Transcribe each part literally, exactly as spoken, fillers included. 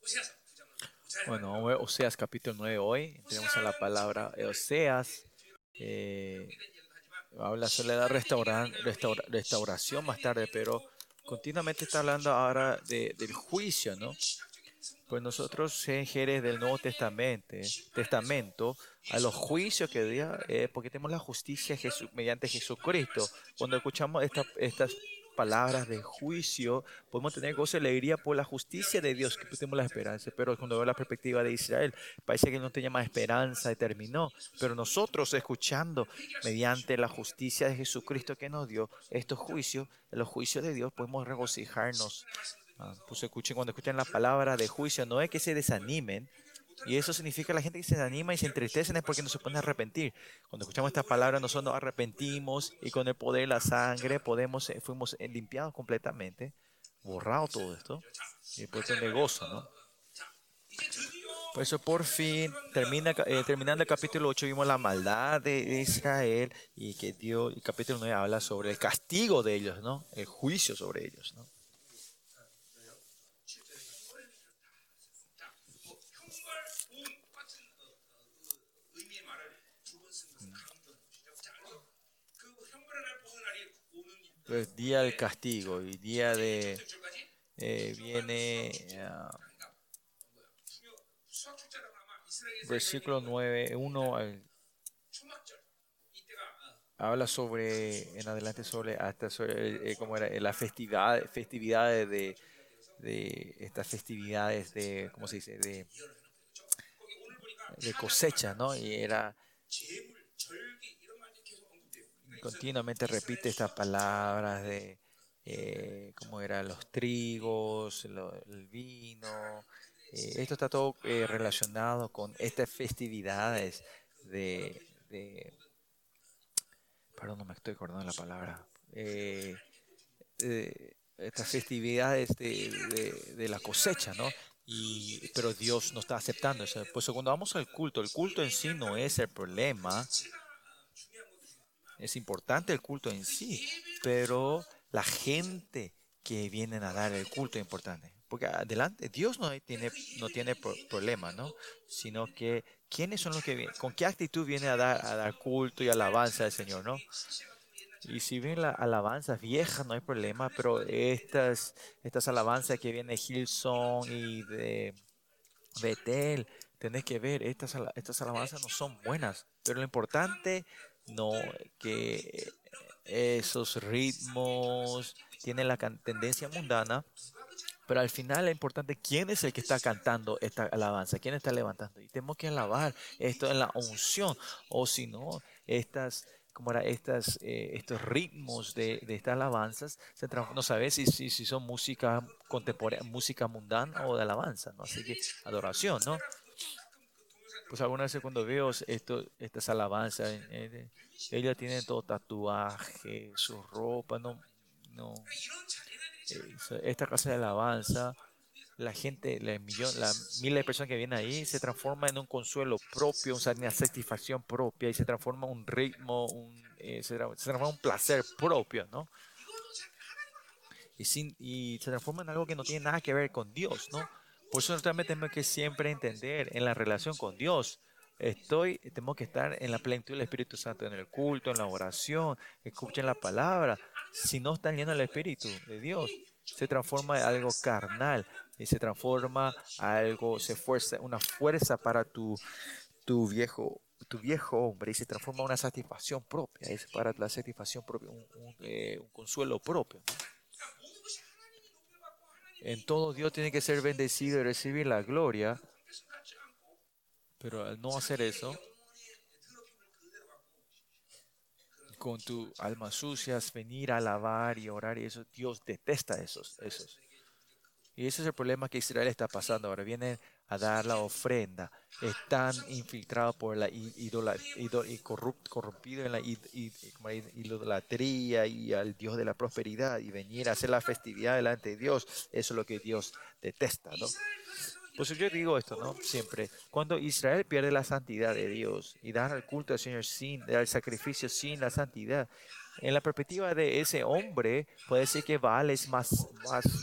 Bueno, vamos a ver Oseas capítulo nueve hoy. Tenemos a la palabra eh, Oseas. eh, Habla sobre la restauran- restaura- restauración más tarde, pero continuamente está hablando ahora de- del juicio, ¿no? Pues nosotros, seres del Nuevo Testamento, Testamento, a los juicios que dio, eh, porque tenemos la justicia Jesu- mediante Jesucristo. Cuando escuchamos esta- estas palabras de juicio, podemos tener gozo y alegría por la justicia de Dios, que tenemos la esperanza. Pero cuando veo la perspectiva de Israel, parece que no tenía más esperanza y terminó. Pero nosotros, escuchando mediante la justicia de Jesucristo que nos dio estos juicios, en los juicios de Dios, podemos regocijarnos. Ah, pues escuchen, cuando escuchen la palabra de juicio, no es que se desanimen. Y eso significa la gente que se desanima y se entristecen es porque no se pueden arrepentir. Cuando escuchamos esta palabra, nosotros nos arrepentimos y con el poder de la sangre podemos, eh, fuimos eh, limpiados completamente, borrado todo esto y puesto de gozo, ¿no? Por eso por fin, termina, eh, terminando el capítulo ocho vimos la maldad de Israel y que Dios, el capítulo nueve habla sobre el castigo de ellos, ¿no? El juicio sobre ellos, ¿no? Entonces, día del castigo y día de eh, viene ah, versículo nueve uno al- habla sobre, en adelante sobre, hasta sobre eh, cómo era, eh, las festividades, festividades de, de estas festividades de, ¿cómo se dice? De, de cosecha, ¿no? Y era continuamente repite estas palabras de eh, cómo eran los trigos, lo- el vino. Eh, esto está todo eh, relacionado con estas festividades de, de- perdón, no me estoy acordando la palabra. Eh, eh, Estas festividades de, de- de la cosecha, ¿no? Y, pero Dios no está aceptando eso. Pues cuando vamos al culto, el culto en sí no es el problema. Es importante el culto en sí, pero la gente que vienen a dar el culto es importante. Porque adelante, Dios no tiene, no tiene pro- problema, ¿no? Sino que quiénes son los que vienen, con qué actitud viene a dar, a dar culto y alabanza al Señor, ¿no? Y si bien la alabanza vieja no hay problema, pero estas, estas alabanzas que viene de Hillsong y de Betel, tenés que ver, estas, ala- estas alabanzas no son buenas, pero lo importante no que esos ritmos tienen la can- tendencia mundana, pero al final es importante quién es el que está cantando esta alabanza, quién está levantando. Y tenemos que alabar esto en la unción, o si no, estas, como era, estas, eh, estos ritmos de, de estas alabanzas, se trans- no sabes si, si, si son música contemporánea, música mundana o de alabanza, ¿no? Así que adoración, ¿no? Pues algunas veces cuando veo esto, estas alabanzas, eh, eh, ella tiene todo tatuaje, su ropa, no, no, eh, so- esta clase de alabanza, la gente, la millón, la miles de personas que vienen ahí se transforma en un consuelo propio, o sea, una satisfacción propia y se transforma en un ritmo, un, eh, se, tra- se transforma en un placer propio, ¿no? Y, sin, y se transforma en algo que no tiene nada que ver con Dios, ¿no? Por eso también tenemos que siempre entender en la relación con Dios. Estoy, tenemos que estar en la plenitud del Espíritu Santo, en el culto, en la oración, escuchen la palabra. Si no están llenos del Espíritu de Dios, se transforma en algo carnal y se transforma a algo, se fuerza, una fuerza para tu, tu viejo, tu viejo hombre y se transforma en una satisfacción propia, es para la satisfacción propia, un, un, eh, un consuelo propio. En todo Dios tiene que ser bendecido y recibir la gloria, pero al no hacer eso, con tu alma sucias, venir a alabar y orar y eso, Dios detesta esos, esos. Y ese es el problema que Israel está pasando ahora. Vienen a dar la ofrenda. Están infiltrados por la i- idola- ido- y corrup- corrompido en la id- id- como la idolatría y al Dios de la prosperidad y venir a hacer la festividad delante de Dios. Eso es lo que Dios detesta, ¿no? Pues yo digo esto, ¿no? Siempre, cuando Israel pierde la santidad de Dios y da el culto al Señor sin, da el sacrificio sin la santidad, en la perspectiva de ese hombre, puede ser que Baal es más, más,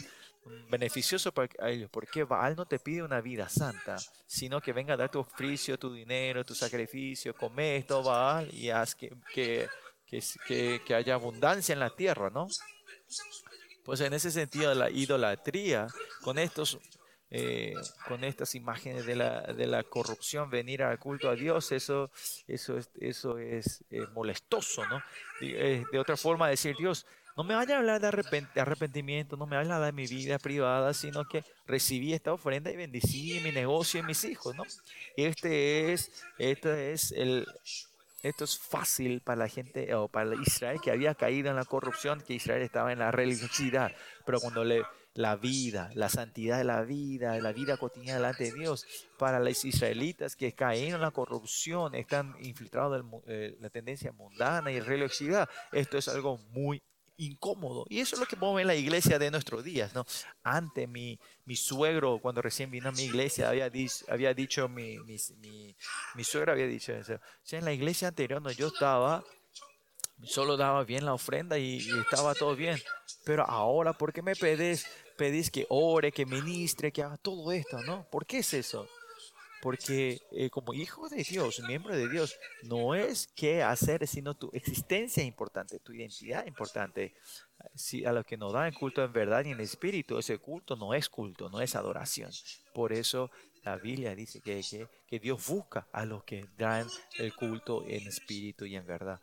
beneficioso para ellos, porque Baal no te pide una vida santa, sino que venga a dar tu oficio, tu dinero, tu sacrificio, come esto, Baal, y haz que, que, que, que, que haya abundancia en la tierra, ¿no? Pues en ese sentido, la idolatría, con estos, eh, con estas imágenes de la, de la corrupción, venir al culto a Dios, eso, eso es, eso es eh, molestoso, ¿no? De, eh, de otra forma, decir, Dios, no me vaya a hablar de arrepent- de arrepentimiento, no me vaya a hablar de mi vida privada, sino que recibí esta ofrenda y bendecí mi negocio y mis hijos, ¿no? Este es, este es el, esto es fácil para la gente o para Israel que había caído en la corrupción, que Israel estaba en la religiosidad, pero cuando le, la vida, la santidad de la vida, la vida cotidiana delante de Dios, para los israelitas que caen en la corrupción, están infiltrados en la tendencia mundana y religiosidad, esto es algo muy incómodo. Y eso es lo que vemos en la iglesia de nuestros días, ¿no? Antes mi, mi suegro, cuando recién vino a mi iglesia, había, dicho, había dicho, mi, mi, mi, mi suegro había dicho eso. Si en la iglesia anterior donde yo estaba, solo daba bien la ofrenda y, y estaba todo bien. Pero ahora, ¿por qué me pedís, pedís que ore, que ministre, que haga todo esto, ¿no? ¿Por qué es eso? Porque eh, como hijo de Dios, miembro de Dios, no es qué hacer, sino tu existencia es importante, tu identidad es importante. Si a los que nos dan el culto en verdad y en espíritu, ese culto no es culto, no es adoración. Por eso la Biblia dice que, que, que Dios busca a los que dan el culto en espíritu y en verdad.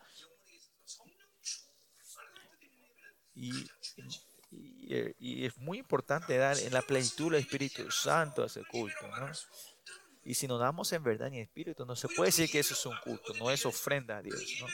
Y, y, eh, y es muy importante dar en la plenitud del Espíritu Santo ese culto, ¿no? Y si nos damos en verdad y en espíritu, no se puede decir que eso es un culto, no es ofrenda a Dios, ¿no?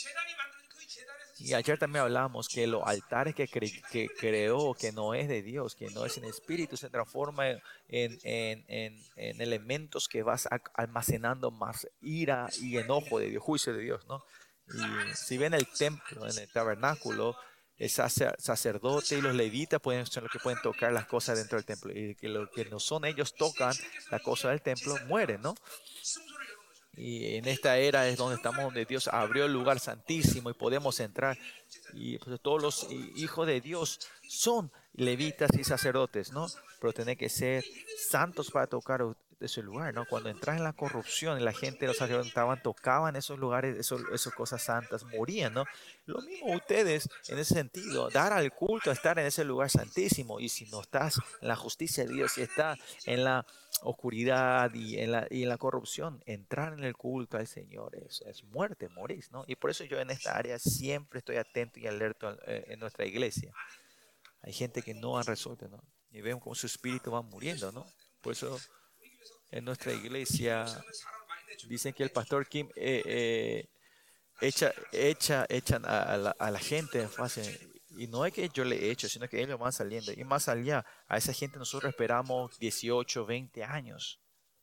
Y ayer también hablamos que los altares que, cre- que creó, que no es de Dios, que no es en espíritu, se transforma en, en, en- en elementos que vas ac- almacenando más ira y enojo de Dios, juicio de Dios, ¿no? Y si ven el templo, en el tabernáculo, el sacer- sacerdote y los levitas pueden ser los que pueden tocar las cosas dentro del templo. Y que lo que no son ellos tocan la cosa del templo, mueren, ¿no? Y en esta era es donde estamos, donde Dios abrió el lugar santísimo y podemos entrar. Y pues, todos los hi- hijos de Dios son levitas y sacerdotes, ¿no? Pero tienen que ser santos para tocar u- ese lugar, ¿no? Cuando entras en la corrupción, y la gente, los sacerdotes estaban, tocaban esos lugares, esos, esas cosas santas, morían, ¿no? Lo mismo ustedes en ese sentido, dar al culto, estar en ese lugar santísimo. Y si no estás en la justicia de Dios, si estás en la oscuridad y en la, y en la corrupción, entrar en el culto al Señor es, es muerte, morís, ¿no? Y por eso yo en esta área siempre estoy atento y alerta eh, en nuestra iglesia. Hay gente que no han resuelto, ¿no? Y vemos cómo su espíritu va muriendo, ¿no? Por eso en nuestra iglesia dicen que el pastor Kim eh, eh, echa, echa, echan a, a la, a la gente fácil. Y no es que yo le echo, sino que ellos van saliendo. Y más allá, a esa gente nosotros esperamos dieciocho veinte años.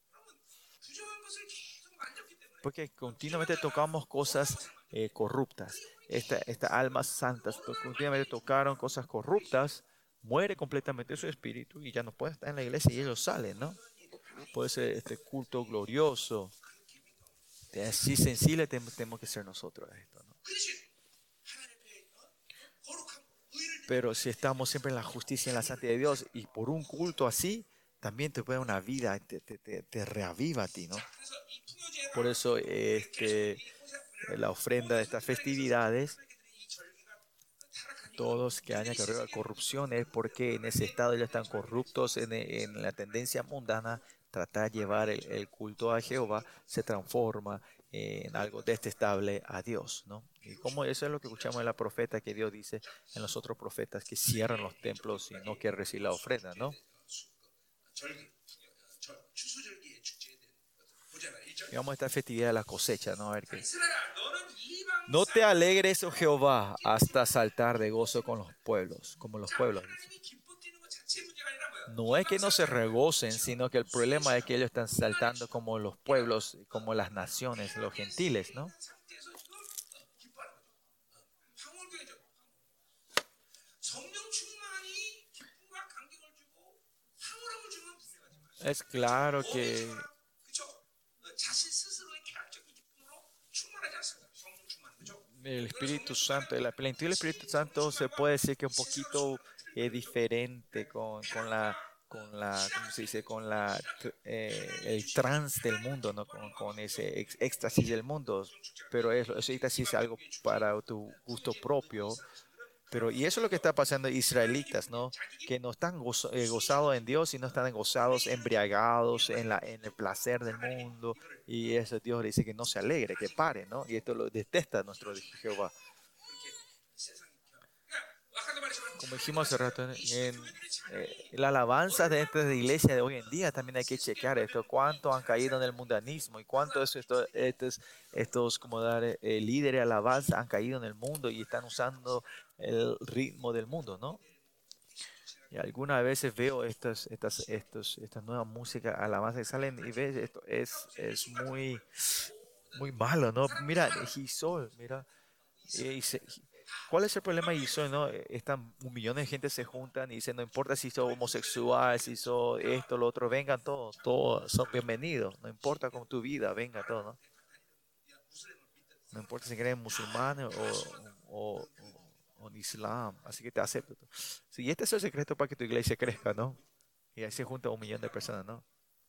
Porque continuamente tocamos cosas eh, corruptas. Esta, estas almas santas to- continuamente tocaron cosas corruptas, muere completamente su espíritu y ya no puede estar en la iglesia y ellos salen, ¿no? Puede ser este culto glorioso. Así sensible tem- tenemos que ser nosotros a esto, ¿no? Pero si estamos siempre en la justicia y en la santidad de Dios y por un culto así, también te puede dar una vida, te, te, te, te reaviva a ti, ¿no? Por eso este, la ofrenda de estas festividades, todos que hayan carrera de corrupción, es porque en ese estado ya están corruptos en, en la tendencia mundana, tratar de llevar el, el culto a Jehová se transforma en algo detestable a Dios, ¿no? Y como eso es lo que escuchamos en la profeta que Dios dice en los otros profetas que cierran los templos y no quieren recibir la ofrenda, ¿no? Digamos esta festividad de la cosecha, ¿no? A ver qué. No te alegres, oh Jehová, hasta saltar de gozo con los pueblos, como los pueblos. Dice. No es que no se regocen, sino que el problema es que ellos están saltando como los pueblos, como las naciones, los gentiles, ¿no? Es claro que el Espíritu Santo, la plenitud del Espíritu Santo se puede decir que un poquito es diferente con, con la, con la, ¿cómo se dice? Con la, tr- eh, el trance del mundo, ¿no? Con, con ese ex- éxtasis del mundo. Pero eso, ese éxtasis es algo para tu gusto propio. Pero, y eso es lo que está pasando a israelitas, ¿no? Que no están gozo- eh, gozados en Dios, sino están gozados, embriagados en la, en el placer del mundo. Y eso Dios le dice que no se alegre, que pare, ¿no? Y esto lo detesta nuestro Jehová. Como dijimos hace rato, en, eh, la alabanza de esta iglesia de hoy en día también hay que checar esto, cuánto han caído en el mundanismo y cuántos estos, estos, estos como dar, eh, líderes de alabanza han caído en el mundo y están usando el ritmo del mundo, ¿no? Y algunas veces veo estas, estas, estos, estas nuevas músicas, alabanza que salen y ves esto es, es muy, muy malo, ¿no? Mira, Gisol, mira, eh, y se- ¿cuál es el problema de Gisol, no? Eh, Están un millón de gente se juntan y dicen, no importa si sos homosexual, si sos esto, lo otro, vengan todos, todos son bienvenidos, no importa con tu vida, venga todo, ¿no? No importa si eres musulmán o, o, o- o en Islam, así que te acepto. Sí, este es el secreto para que tu iglesia crezca, ¿no? Y ahí se junta un millón de personas, ¿no?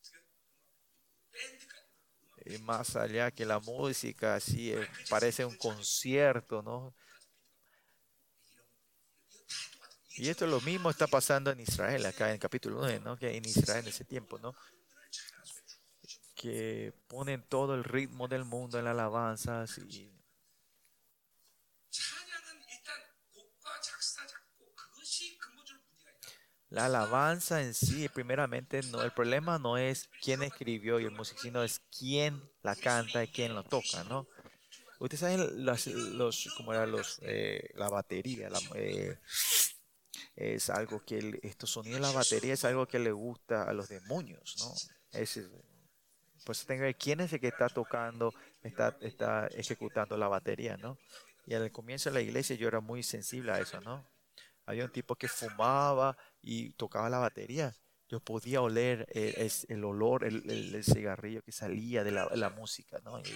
Y más allá que la música, así eh, parece un concierto, ¿no? Y esto es lo mismo está pasando en Israel, acá en el capítulo nueve, ¿no? Que en Israel en ese tiempo, ¿no? Que ponen todo el ritmo del mundo en las alabanzas y la alabanza en sí, primeramente, no, el problema no es quién escribió y el músico, sino es quién la canta y quién lo toca, ¿no? Ustedes saben las- los, cómo era los, eh, la batería, la, eh, es algo que el- estos sonidos de la batería es algo que le gusta a los demonios, ¿no? Es, es- pues tengo que ver quién es el que está tocando, está, está ejecutando la batería, ¿no? Y al comienzo de la iglesia yo era muy sensible a eso, ¿no? Había un tipo que fumaba y tocaba la batería. Yo podía oler el, es- el olor, el, el- el cigarrillo que salía de la, la música, ¿no? Y,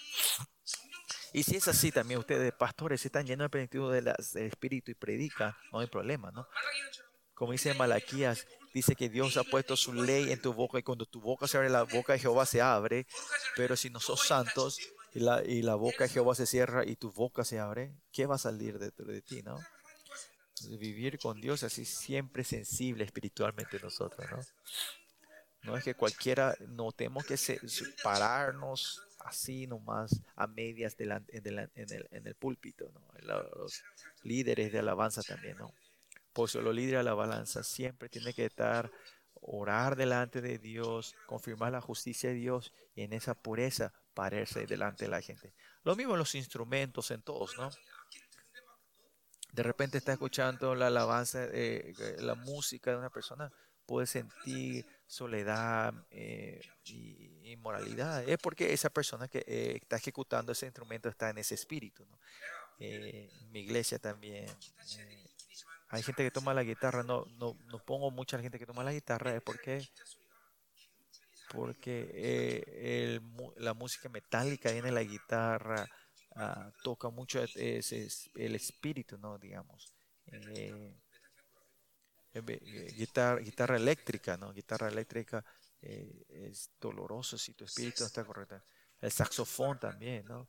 y si es así también, ustedes, pastores, si están llenos de plenitud de las- del Espíritu y predican, no hay problema, ¿no? Como dice Malaquías, dice que Dios ha puesto su ley en tu boca y cuando tu boca se abre, la boca de Jehová se abre. Pero si no sos santos y la, y la boca de Jehová se cierra y tu boca se abre, ¿qué va a salir dentro de ti, no? Vivir con Dios así siempre sensible espiritualmente nosotros, ¿no? No es que cualquiera, no tenemos que se- su- pararnos así nomás a medias delante, en, el, en el- en el púlpito, ¿no? La- Los líderes de alabanza también, ¿no? Por eso los líderes de alabanza siempre tienen que estar, orar delante de Dios, confirmar la justicia de Dios y en esa pureza pararse delante de la gente. Lo mismo en los instrumentos, en todos, ¿no? De repente está escuchando la alabanza, eh, eh, la música de una persona, puede sentir soledad eh, y inmoralidad. Es porque esa persona que eh, está ejecutando ese instrumento está en ese espíritu, ¿no? Eh, en mi iglesia también. eh, Hay gente que toma la guitarra, no, no, no pongo mucha gente que toma la guitarra, es porque, porque eh, el mu- la música metálica viene de la guitarra, ah, toca mucho ese, es el espíritu, ¿no? Digamos. Eh, en ve- eh, guitarra, guitarra eléctrica, ¿no? Guitarra eléctrica eh, es doloroso si tu espíritu no está correcto. El saxofón también, ¿no?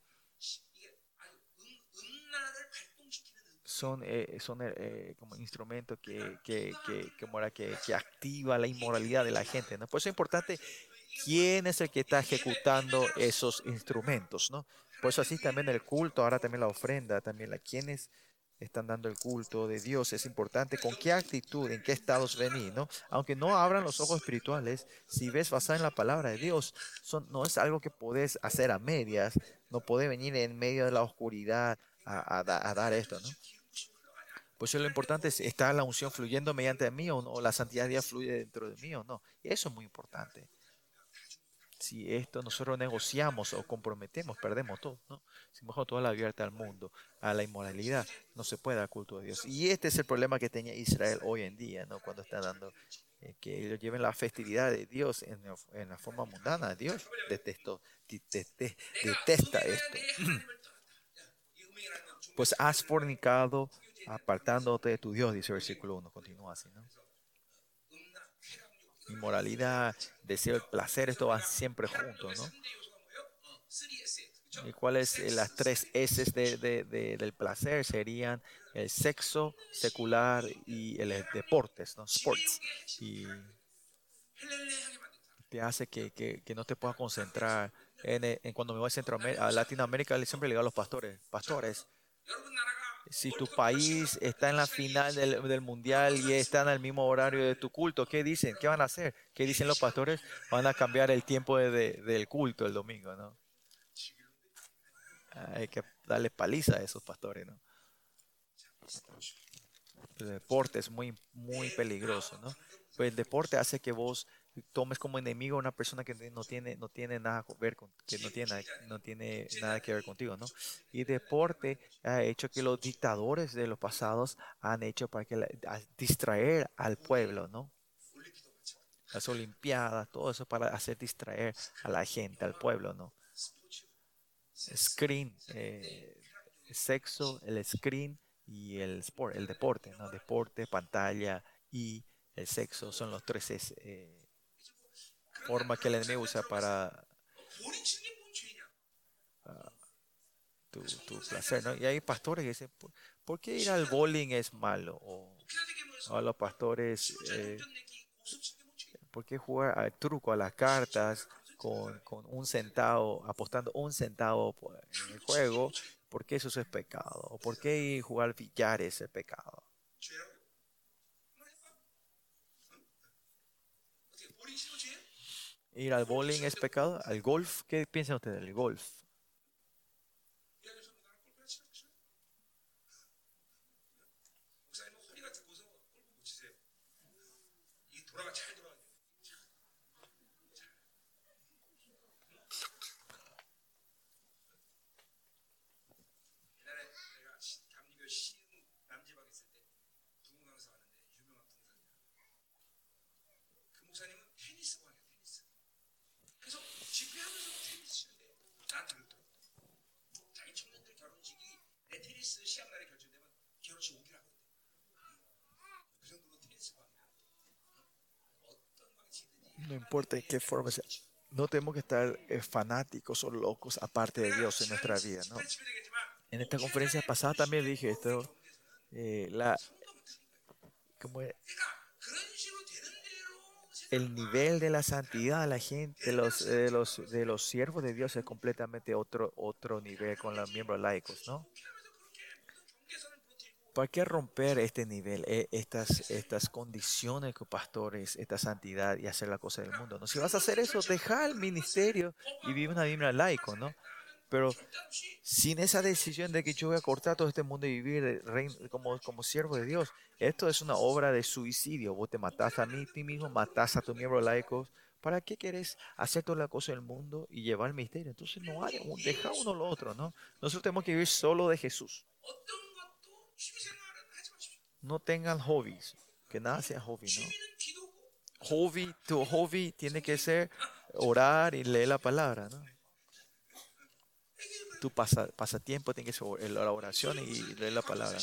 Son, eh, son eh, eh, como instrumentos que, que, que, como era, que, que activa la inmoralidad de la gente, ¿no? Por eso es importante quién es el que está ejecutando esos instrumentos, ¿no? Por eso así también el culto, ahora también la ofrenda, también la quienes están dando el culto de Dios, es importante con qué actitud, en qué estados venir, ¿no? Aunque no abran los ojos espirituales, si ves basado en la palabra de Dios, son, no es algo que podés hacer a medias, no podés venir en medio de la oscuridad a, a da- a dar esto, ¿no? Pues eso lo importante es, ¿está la unción fluyendo mediante mí o, no? ¿O la santidad de Dios fluye dentro de mí o no? Eso es muy importante. Si esto nosotros negociamos o comprometemos, perdemos todo, ¿no? Si mejor toda la abierta al mundo, a la inmoralidad, no se puede dar culto a Dios. Y este es el problema que tenía Israel hoy en día, ¿no? Cuando está dando, eh, que ellos lleven la festividad de Dios en, la- en la forma mundana. Dios detesto, deteste- detesta esto. Pues has fornicado apartándote de tu Dios, dice el versículo uno, continúa así, ¿no? Inmoralidad, deseo, el placer, esto va siempre juntos, ¿no? ¿Y cuáles eh, las tres S de, de- de- del placer? Serían el sexo, secular y el eh, deportes, ¿no? Sports. Y te hace que, que- que no te puedas concentrar. En, eh, en cuando me voy a Centroamérica, a Latinoamérica, le- siempre le digo a los pastores, pastores, si tu país está en la final del, del mundial y está en el mismo horario de tu culto, ¿qué dicen? ¿Qué van a hacer? ¿Qué dicen los pastores? Van a cambiar el tiempo de- de- del culto el domingo, ¿no? Hay que darle paliza a esos pastores, ¿no? El deporte es muy, muy peligroso, ¿no? Pues el deporte hace que vos tomes como enemigo a una persona que no tiene, no tiene nada que ver con, que no tiene, no tiene nada que ver contigo, ¿no? Y deporte ha hecho que los dictadores de los pasados han hecho para que la- a distraer al pueblo, ¿no? Las olimpiadas, todo eso para hacer distraer a la gente, al pueblo, ¿no? Screen, eh, sexo, el screen y el sport, el deporte, ¿no? Deporte, pantalla y el sexo son los tres es, eh, formas que el enemigo usa para ah, tu, tu placer, ¿no? Y hay pastores que dicen, ¿por, por qué ir al bowling es malo? O, o a los pastores, eh, ¿por qué jugar al truco, a las cartas con, con un centavo, apostando un centavo por- en el juego? ¿Por qué eso es pecado? ¿O por qué ir jugar billares es pecado? Ir al bowling es pecado. ¿Al golf? ¿Qué piensan ustedes del golf? No importa en qué forma sea. No tenemos que estar eh, fanáticos o locos aparte de Dios en nuestra vida, ¿no? En esta conferencia pasada también dije esto, eh, la, como e- el nivel de la santidad de la gente, de los, de los, de los siervos de Dios es completamente otro, otro nivel con los miembros laicos, ¿no? ¿Para qué romper este nivel, eh, estas, estas condiciones con pastores, esta santidad y hacer la cosa del mundo? ¿No? Si vas a hacer eso, deja el ministerio y vive una vida laico, ¿no? Pero sin esa decisión de que yo voy a cortar todo este mundo y vivir de rein- como, como siervo de Dios, esto es una obra de suicidio. Vos te matás a mí, ti mismo, matás a tu miembro laico. ¿Para qué querés hacer toda la cosa del mundo y llevar el misterio? Entonces no hay, un- deja uno lo otro, ¿no? Nosotros tenemos que vivir solo de Jesús. No tengan hobbies, que nada sea hobby, ¿no? Hobby, tu hobby tiene que ser orar y leer la palabra, ¿no? Tu pasa- pasatiempo tiene que ser la oración y leer la palabra.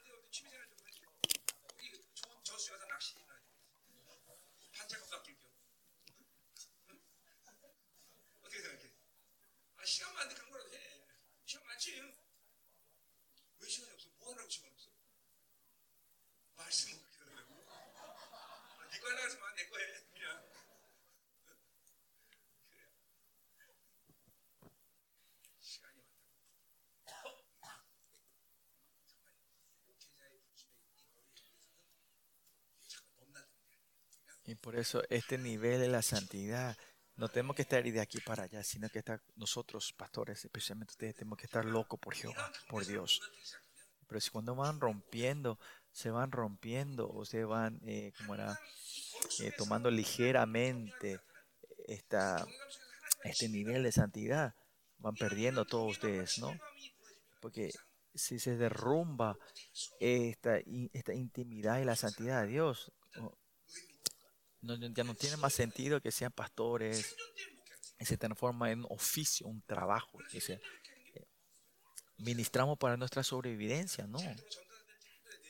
Y por eso este nivel de la santidad, no tenemos que estar de aquí para allá, sino que estar nosotros, pastores, especialmente ustedes, tenemos que estar locos por Jehová, por Dios. Pero si cuando van rompiendo, se van rompiendo o se van, eh, como era, eh, tomando ligeramente esta, este nivel de santidad, van perdiendo todos ustedes, ¿no? Porque si se derrumba esta, in- esta intimidad y la santidad de Dios, o- no- ya no tiene más sentido que sean pastores y se transforma en un oficio, un trabajo. Que sea, ministramos para nuestra sobrevivencia, ¿no?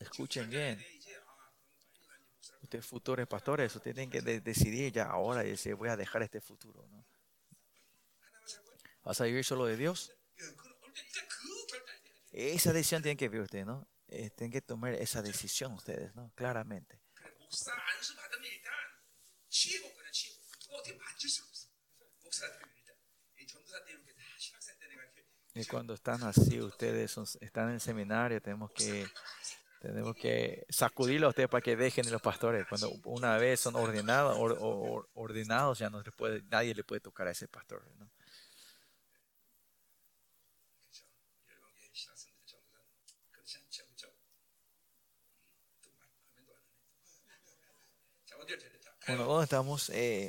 escuchen bien. Ustedes futuros pastores, ustedes tienen que de- decidir ya ahora y decir, voy a dejar este futuro, ¿no? ¿Vas a vivir solo de Dios? Esa decisión tienen que vivir ustedes, ¿no? Eh, tienen que tomar esa decisión ustedes, ¿no? Claramente. Y cuando están así, ustedes son- están en el seminario, tenemos que, tenemos que sacudirlos a ustedes para que dejen a los pastores. Cuando una vez son ordenados, or- or- ordenados ya no les puede, nadie le puede tocar a ese pastor, ¿no? Bueno, ¿dónde estamos? Eh,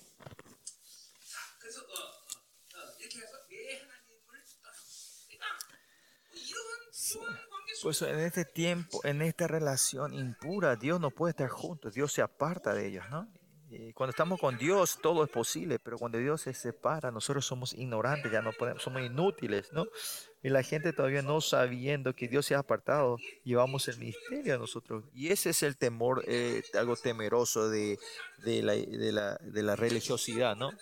pues en este tiempo, en esta relación impura, Dios no puede estar juntos, Dios se aparta de ellos, ¿no? Y cuando estamos con Dios, todo es posible, pero cuando Dios se separa, nosotros somos ignorantes, ya no podemos, somos inútiles, ¿no? Y la gente todavía no sabiendo que Dios se ha apartado, llevamos el misterio a nosotros. Y ese es el temor, eh, algo temeroso de, de la, de la, de la religiosidad, ¿no?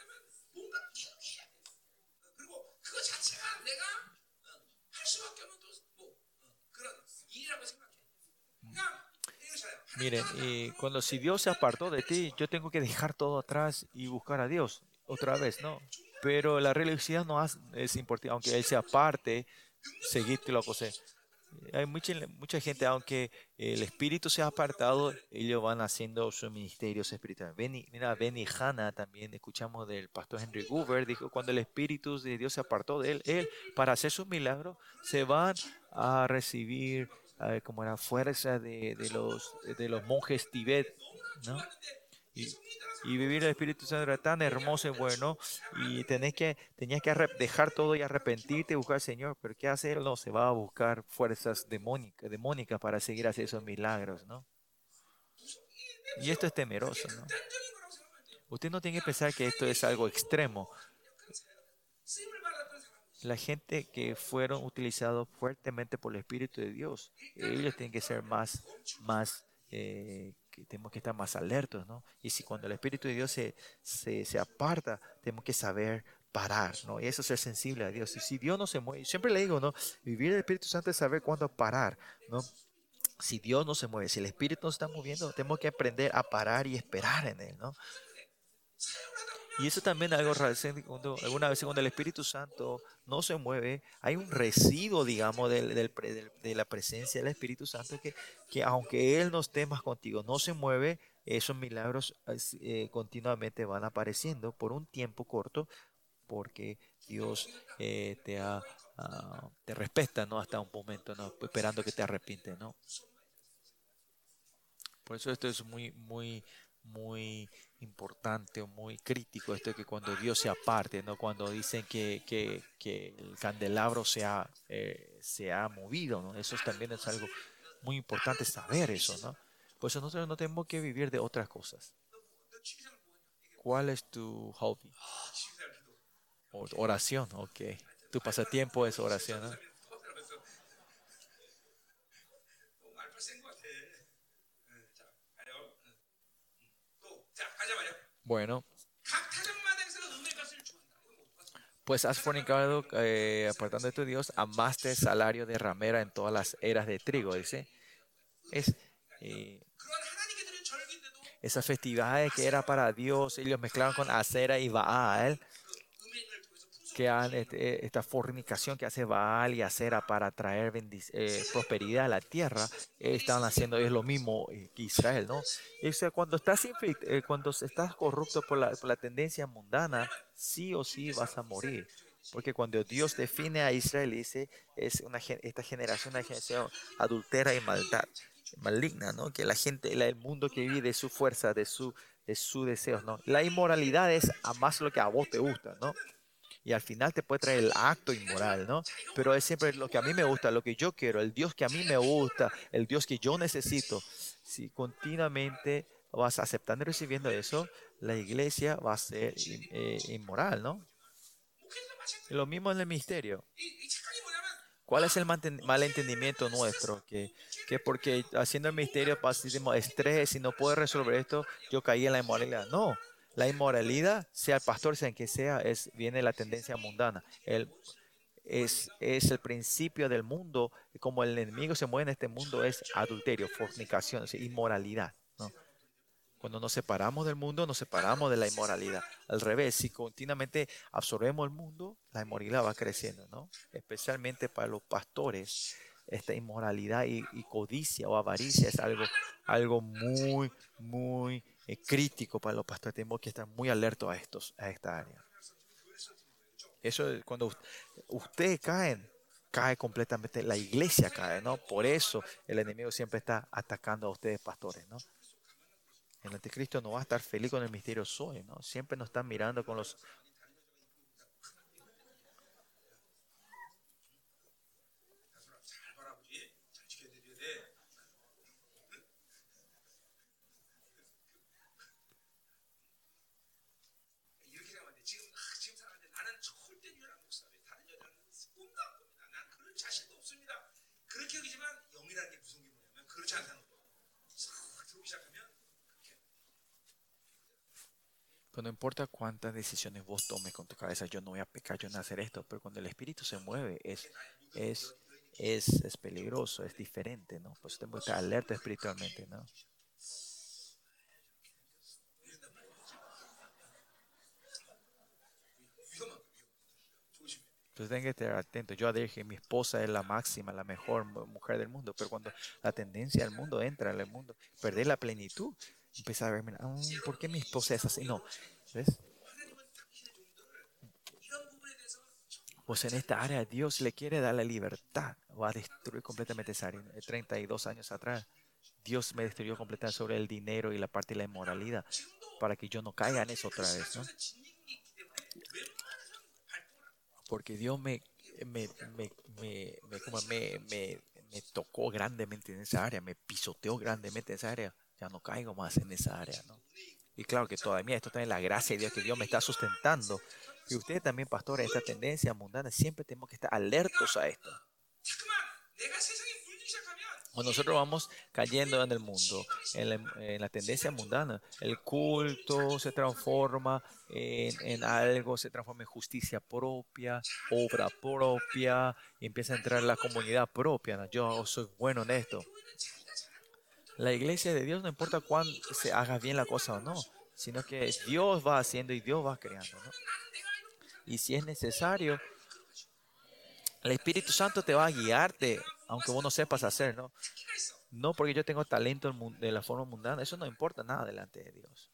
Miren, y cuando si Dios se apartó de ti, yo tengo que dejar todo atrás y buscar a Dios otra vez, ¿no? Pero la religiosidad no has- es importante, aunque Él se aparte, seguirte lo cosa. Hay mucha, mucha gente, aunque el espíritu se ha apartado, ellos van haciendo sus ministerios espirituales. Benny, mira, Benny Hanna también escuchamos del pastor Henry Goover, dijo, cuando el espíritu de Dios se apartó de él, él para hacer sus milagros se van a recibir eh, como la fuerza de, de los, de los monjes Tibet, ¿no? Y, y vivir el Espíritu Santo era tan hermoso y bueno, y tenés que, tenías que arrep- dejar todo y arrepentirte y buscar al Señor. Pero ¿qué hace él? No, se va a buscar fuerzas demónicas, demónicas para seguir haciendo esos milagros, ¿no? Y esto es temeroso, ¿no? Usted no tiene que pensar que esto es algo extremo. La gente que fueron utilizados fuertemente por el Espíritu de Dios, ellos tienen que ser más, más, eh, que tenemos que estar más alertos, ¿no? Y si cuando el Espíritu de Dios se, se, se aparta, tenemos que saber parar, ¿no? Y eso es ser sensible a Dios. Y si Dios no se mueve, siempre le digo, ¿no? Vivir el Espíritu Santo es saber cuándo parar, ¿no? Si Dios no se mueve, si el Espíritu no se está moviendo, tenemos que aprender a parar y esperar en Él, ¿no? Y eso también es algo raro. Cuando, alguna vez cuando el Espíritu Santo no se mueve, hay un residuo, digamos, del, del pre- del- de la presencia del Espíritu Santo que, que aunque Él no esté más contigo, no se mueve, esos milagros as- eh, continuamente van apareciendo por un tiempo corto porque Dios eh, te, ha, ah, te respeta, ¿no? Hasta un momento, ¿no? Esperando que te arrepientes, ¿no? Por eso esto es muy, muy, muy importante o muy crítico, esto de que cuando Dios se aparte, ¿no? Cuando dicen que, que, que el candelabro se ha, eh, se ha movido, ¿no? Eso es- también es algo muy importante saber eso, ¿no? Por eso nosotros no tenemos que vivir de otras cosas. ¿Cuál es tu hobby? O- Oración, ok. Tu pasatiempo es oración, ¿no? Bueno, pues has fornicado, eh, apartando de tu Dios, amaste el salario de ramera en todas las eras de trigo, dice. Es, eh, esas festividades que era para Dios, ellos mezclaron con Acera y Baal, que han, este, esta fornicación que hace Baal y Acera para traer bendic- eh, prosperidad a la tierra, eh, estaban haciendo es lo mismo eh, que Israel, ¿no? O sea, cuando estás, inflict- eh, cuando estás corrupto por la, por la tendencia mundana, sí o sí vas a morir. Porque cuando Dios define a Israel, dice, es una, gen- esta generación, una generación adultera y maldad, maligna, ¿no? Que la gente, la- el mundo que vive de su fuerza, de su, de sus deseos, ¿no? La inmoralidad es a más lo que a vos te gusta, ¿no? Y al final te puede traer el acto inmoral, ¿no? Pero es siempre lo que a mí me gusta, lo que yo quiero, el Dios que a mí me gusta, el Dios que yo necesito. Si continuamente vas aceptando y recibiendo eso, la iglesia va a ser in- eh, inmoral, ¿no? Y lo mismo en el ministerio. ¿Cuál es el manten- mal entendimiento nuestro? Que, que porque haciendo el misterio pasamos estrés y no puedo resolver esto, yo caí en la inmoralidad. No, la inmoralidad, sea el pastor, sea en que sea, es, viene de la tendencia mundana. El, es, es el principio del mundo. Como el enemigo se mueve en este mundo, es adulterio, fornicación, es inmoralidad, ¿no? Cuando nos separamos del mundo, nos separamos de la inmoralidad. Al revés, si continuamente absorbemos el mundo, la inmoralidad va creciendo, ¿no? Especialmente para los pastores, esta inmoralidad y, y codicia o avaricia es algo, algo muy, muy eh, crítico para los pastores. Tenemos que estar muy alertos a, estos, a esta área. Eso es cuando us- ustedes caen, cae completamente, la iglesia cae, ¿no? Por eso el enemigo siempre está atacando a ustedes, pastores, ¿no? El anticristo no va a estar feliz con el misterio Zoe, ¿no? Siempre nos están mirando con los... Pues no importa cuántas decisiones vos tomes con tu cabeza, yo no voy a pecar, yo no voy a hacer esto, pero cuando el espíritu se mueve es, es, es, es peligroso, es diferente, ¿no? Por eso tenemos que estar alerta espiritualmente, ¿no? Entonces tengo que estar atento. Yo dije, mi esposa es la máxima, la mejor mu- mujer del mundo, pero cuando la tendencia del mundo entra en el mundo, perder la plenitud, empieza a ver, mira, "Ah, ¿por qué mi esposa es así? No, ¿ves? Pues en esta área Dios le quiere dar la libertad, va a destruir completamente esa área. Eh, treinta y dos años atrás, Dios me destruyó completamente sobre el dinero y la parte de la inmoralidad, para que yo no caiga en eso otra vez, ¿no? Porque Dios me, me, me, me, me, como me, me, me tocó grandemente en esa área, me pisoteó grandemente en esa área, ya no caigo más en esa área, ¿no? Y claro que todavía esto también es la gracia de Dios, que Dios me está sustentando. Y ustedes también, pastores, esta tendencia mundana, siempre tenemos que estar alertos a esto. Cuando nosotros vamos cayendo en el mundo, en la, en la tendencia mundana, el culto se transforma en, en algo, se transforma en justicia propia, obra propia, y empieza a entrar la comunidad propia, ¿no? Yo soy bueno en esto. La iglesia de Dios no importa cuán se haga bien la cosa o no, sino que Dios va haciendo y Dios va creando, ¿no? Y si es necesario, el Espíritu Santo te va a guiarte, aunque vos no sepas hacer, ¿no? No porque yo tengo talento en mun- de la forma mundana, eso no importa nada delante de Dios.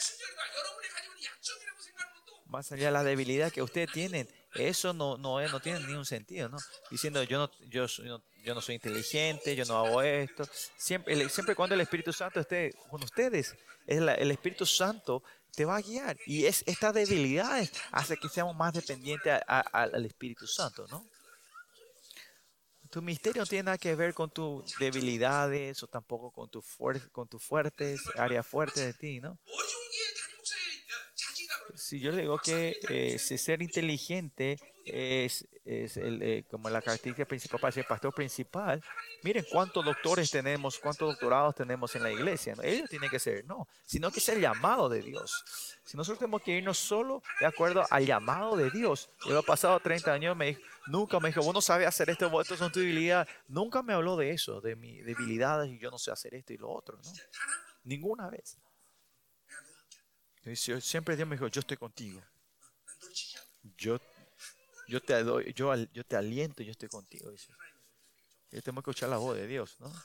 Más allá de la debilidad que ustedes tienen, eso no, no, es- no tiene ni un sentido, ¿no? Diciendo yo no, yo, soy- no- yo no soy inteligente, yo no hago esto. Siempre, el- siempre cuando el Espíritu Santo esté con ustedes, es la- el Espíritu Santo te va a guiar. Y es estas debilidades hace que seamos más dependientes a- a- al Espíritu Santo, ¿no? Tu misterio no tiene nada que ver con tus debilidades o tampoco con tus fuer- con tus fuertes, áreas fuertes de ti, ¿no? Si yo le digo que eh, si ser inteligente es, es el, eh, como la característica principal para ser pastor principal, miren cuántos doctores tenemos, cuántos doctorados tenemos en la iglesia, ¿no? Ellos tienen que ser, no, sino que ser llamado de Dios. Si nosotros tenemos que irnos solo de acuerdo al llamado de Dios. Yo he pasado treinta años, me dijo, nunca me dijo, vos no sabes hacer esto, vos estos son tus debilidades. Nunca me habló de eso, de mis debilidades y yo no sé hacer esto y lo otro, ¿no? Ninguna vez. Dice, siempre Dios me dijo, yo estoy contigo. Yo, yo te doy, yo, al- yo te aliento, yo estoy contigo. Dice. Y tenemos que escuchar la voz de Dios, ¿no?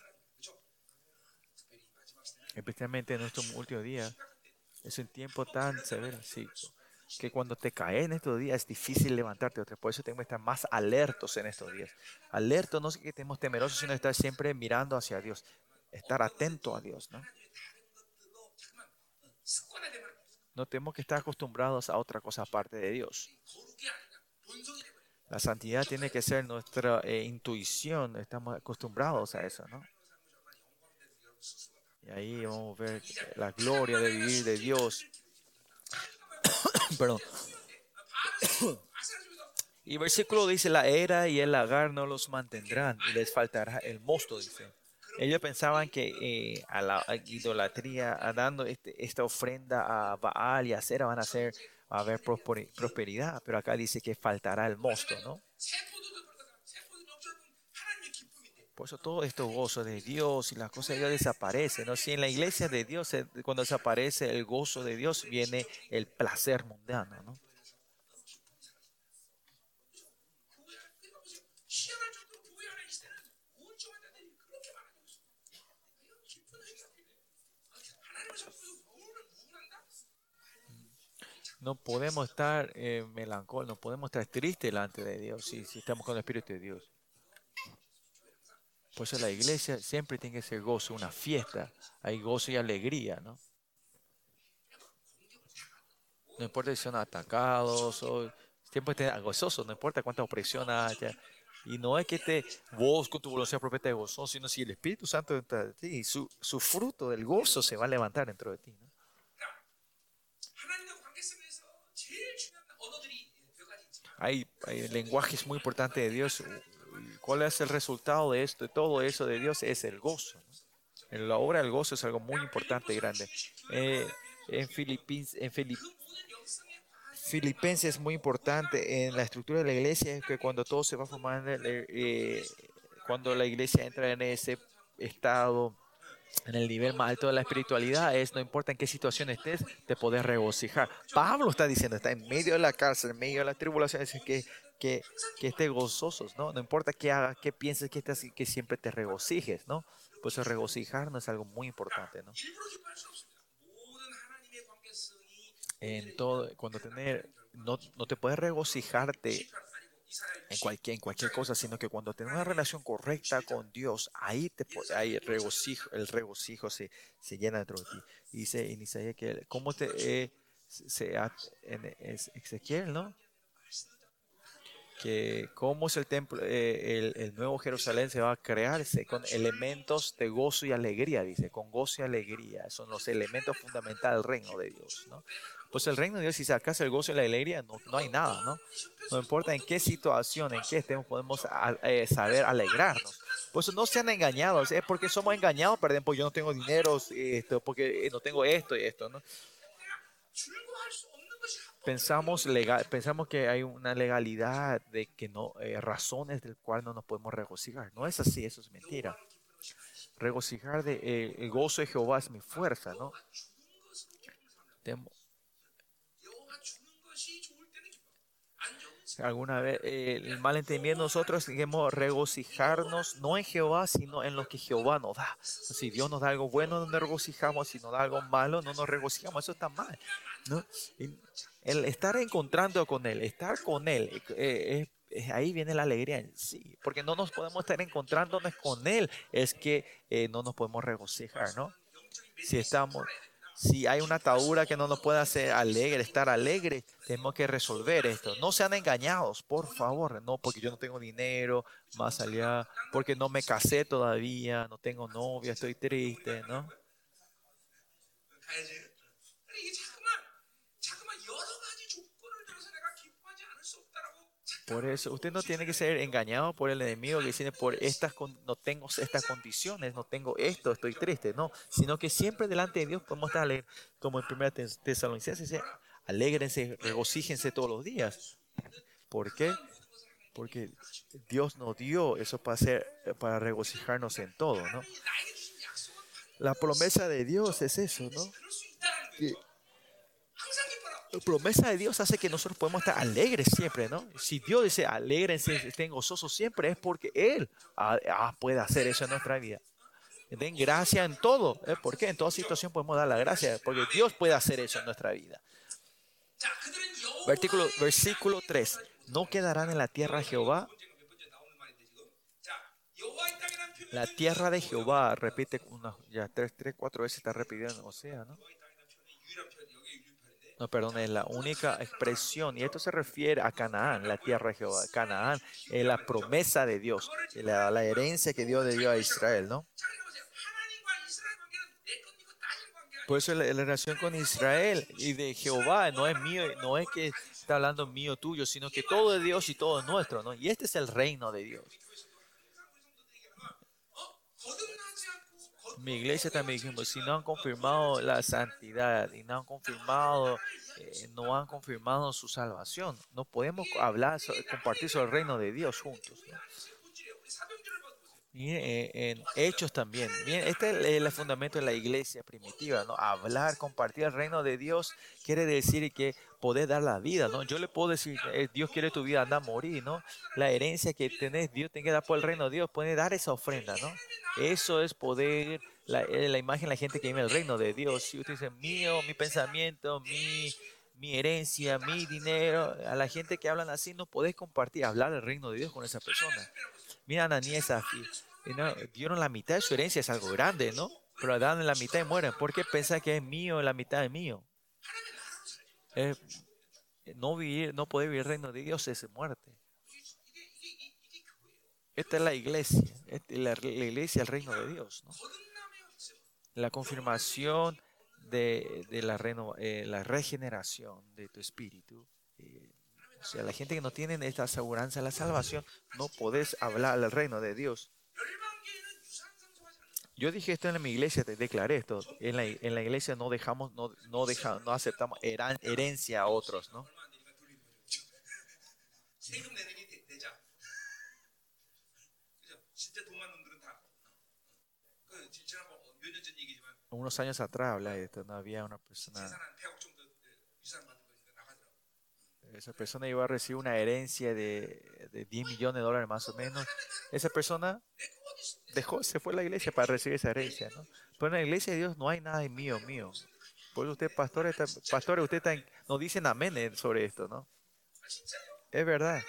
Especialmente en estos últimos días. Es un tiempo tan severo, sí, que cuando te caes en estos días es difícil levantarte otra vez. Por eso tenemos que estar más alertos en estos días. Alertos no es que estemos temerosos, sino estar siempre mirando hacia Dios. Estar atento a Dios, ¿no? No tenemos que estar acostumbrados a otra cosa aparte de Dios. La santidad tiene que ser nuestra eh, intuición. Estamos acostumbrados a eso, ¿no? Y ahí vamos a ver la gloria de vivir de Dios. Perdón. Y versículo dice, la era y el lagar no los mantendrán y les faltará el mosto, dice. Ellos pensaban que eh, a la a idolatría, a dando este- esta ofrenda a Baal y a Acera van a hacer, va a haber prosperi- prosperidad, pero acá dice que faltará el mosto, ¿no? Por eso todo esto gozo de Dios y las cosas de Dios desaparecen, ¿no? Si en la iglesia de Dios, eh, cuando desaparece el gozo de Dios, viene el placer mundano, ¿no? No podemos estar eh, melancólicos, no podemos estar tristes delante de Dios si, si estamos con el Espíritu de Dios. Por eso la iglesia siempre tiene que ser gozo, una fiesta. Hay gozo y alegría, ¿no? No importa si son atacados o siempre estén gozosos, no importa cuánta opresión haya. Y no es que te vos con tu voluntad propia te gozoso, sino si el Espíritu Santo entra de ti, su, su fruto del gozo se va a levantar dentro de ti, ¿no? Hay, hay lenguajes muy importantes de Dios. ¿Cuál es el resultado de esto? De todo eso de Dios es el gozo, ¿no? En la obra del gozo es algo muy importante y grande. Eh, en, Filipins, en Filip, Filipenses es muy importante en la estructura de la iglesia, es que cuando todo se va formando, eh, cuando la iglesia entra en ese estado, en el nivel más alto de la espiritualidad, es no importa en qué situación estés, te podés regocijar. Pablo está diciendo, está en medio de la cárcel, en medio de la tribulación, dice que, que, que estés gozosos, ¿no? No importa qué hagas, qué pienses, que, estés, que siempre te regocijes, ¿no? Pues el regocijarnos es algo muy importante, ¿no? En todo, cuando tener, no, no te puedes regocijarte en cualquier, en cualquier cosa, sino que cuando tienes una relación correcta con Dios, ahí te po- ahí regocijo, el regocijo se, se llena dentro de ti. Y dice en Isaías que cómo te eh, se, ha- en es- Ezequiel, ¿no? Que cómo es el templo, eh, el, el nuevo Jerusalén se va a crearse con elementos de gozo y alegría, dice, con gozo y alegría. Son los elementos fundamentales del reino de Dios, ¿no? Pues el reino de Dios, si sacas el gozo y la alegría, no, no hay nada, ¿no? No importa en qué situación, en qué estemos, podemos a- eh, saber alegrarnos. Pues no sean engañados, es porque somos engañados, perdón, pues yo no tengo dinero, esto, porque eh, no tengo esto y esto, ¿no? Pensamos, legal, pensamos que hay una legalidad de que no, eh, razones del cual no nos podemos regocijar. No es así, eso es mentira. Regocijar de eh, el gozo de Jehová es mi fuerza, ¿no? Tem- Alguna vez, eh, el malentendimiento nosotros debemos regocijarnos no en Jehová, sino en lo que Jehová nos da. Si Dios nos da algo bueno, no nos regocijamos. Si nos da algo malo, no nos regocijamos. Eso está mal, ¿no? Y el estar encontrando con Él, estar con Él, eh, es- es- ahí viene la alegría en sí. Porque no nos podemos estar encontrándonos con Él, es que eh, no nos podemos regocijar, ¿no? Si estamos, si hay una atadura que no nos puede hacer alegre, estar alegre, tenemos que resolver esto. No sean engañados, por favor. No, porque yo no tengo dinero, más allá, porque no me casé todavía, no tengo novia, estoy triste, ¿no? Por eso, usted no tiene que ser engañado por el enemigo que dice, por estas, con- no tengo estas condiciones, no tengo esto, estoy triste, no, sino que siempre delante de Dios podemos estar alegres, como en primera Tesalonicenses dice, alégrense, regocíjense todos los días. ¿Por qué? Porque Dios nos dio eso para hacer, para regocijarnos en todo, ¿no? La promesa de Dios es eso, ¿no? Que la promesa de Dios hace que nosotros podemos estar alegres siempre, ¿no? Si Dios dice alégrense, estén gozosos siempre, es porque Él ah, ah, puede hacer eso en nuestra vida. Den gracia en todo. ¿Eh? ¿Por qué? En toda situación podemos dar la gracia, porque Dios puede hacer eso en nuestra vida. Versículo, versículo tres. No quedarán en la tierra de Jehová. La tierra de Jehová, repite una, ya tres, tres, cuatro veces está repitiendo, o sea, ¿no? No, perdón, es la única expresión, y esto se refiere a Canaán, la tierra de Jehová. Canaán es la promesa de Dios, la, la herencia que Dios le dio a Israel, ¿no? Por eso la, la relación con Israel y de Jehová no es mío, no es que está hablando mío, tuyo, sino que todo es Dios y todo es nuestro, ¿no? Y este es el reino de Dios. Mi iglesia también dijimos, si no han confirmado la santidad y no han confirmado, eh, no han confirmado su salvación, no podemos hablar, so- compartir sobre el reino de Dios juntos, ¿no? Miren, eh, en Hechos también. Miren, este es el, el fundamento de la iglesia primitiva, ¿no? Hablar, compartir el reino de Dios quiere decir que poder dar la vida, ¿no? Yo le puedo decir, eh, Dios quiere tu vida, anda a morir, ¿no? La herencia que tenés, Dios tiene que dar por el reino de Dios, puede dar esa ofrenda, ¿no? Eso es poder, la, eh, la imagen de la gente que vive en el reino de Dios. Si usted dice, mío, mi pensamiento, mi, mi herencia, mi dinero, a la gente que hablan así no podés compartir, hablar del reino de Dios con esa persona. Mira, Ananías y Zafira, y no, dieron la mitad de su herencia, es algo grande, ¿no? Pero dan la mitad y mueren. ¿Por qué pensar que es mío, la mitad es mío? Eh, no vivir, no poder vivir el reino de Dios es muerte. Esta es la iglesia, esta es la, la iglesia, el reino de Dios, ¿no? La confirmación de, de la, reno- eh, la regeneración de tu espíritu. eh, o sea, la gente que no tiene esta aseguranza de la salvación, no podés hablar al reino de Dios. Yo dije esto en mi iglesia, te declaré esto. En la, en la iglesia no dejamos, no, no deja, no aceptamos heran- herencia a otros, ¿no? Unos años atrás habla de esto, no había una persona, esa persona iba a recibir una herencia de, de diez millones de dólares más o menos. Esa persona dejó, se fue a la iglesia para recibir esa herencia, ¿no? Pero en la iglesia de Dios no hay nada de mío, mío. Por eso usted, pastores, pastores, usted está en- nos dicen amén eh, sobre esto, ¿no? Es verdad.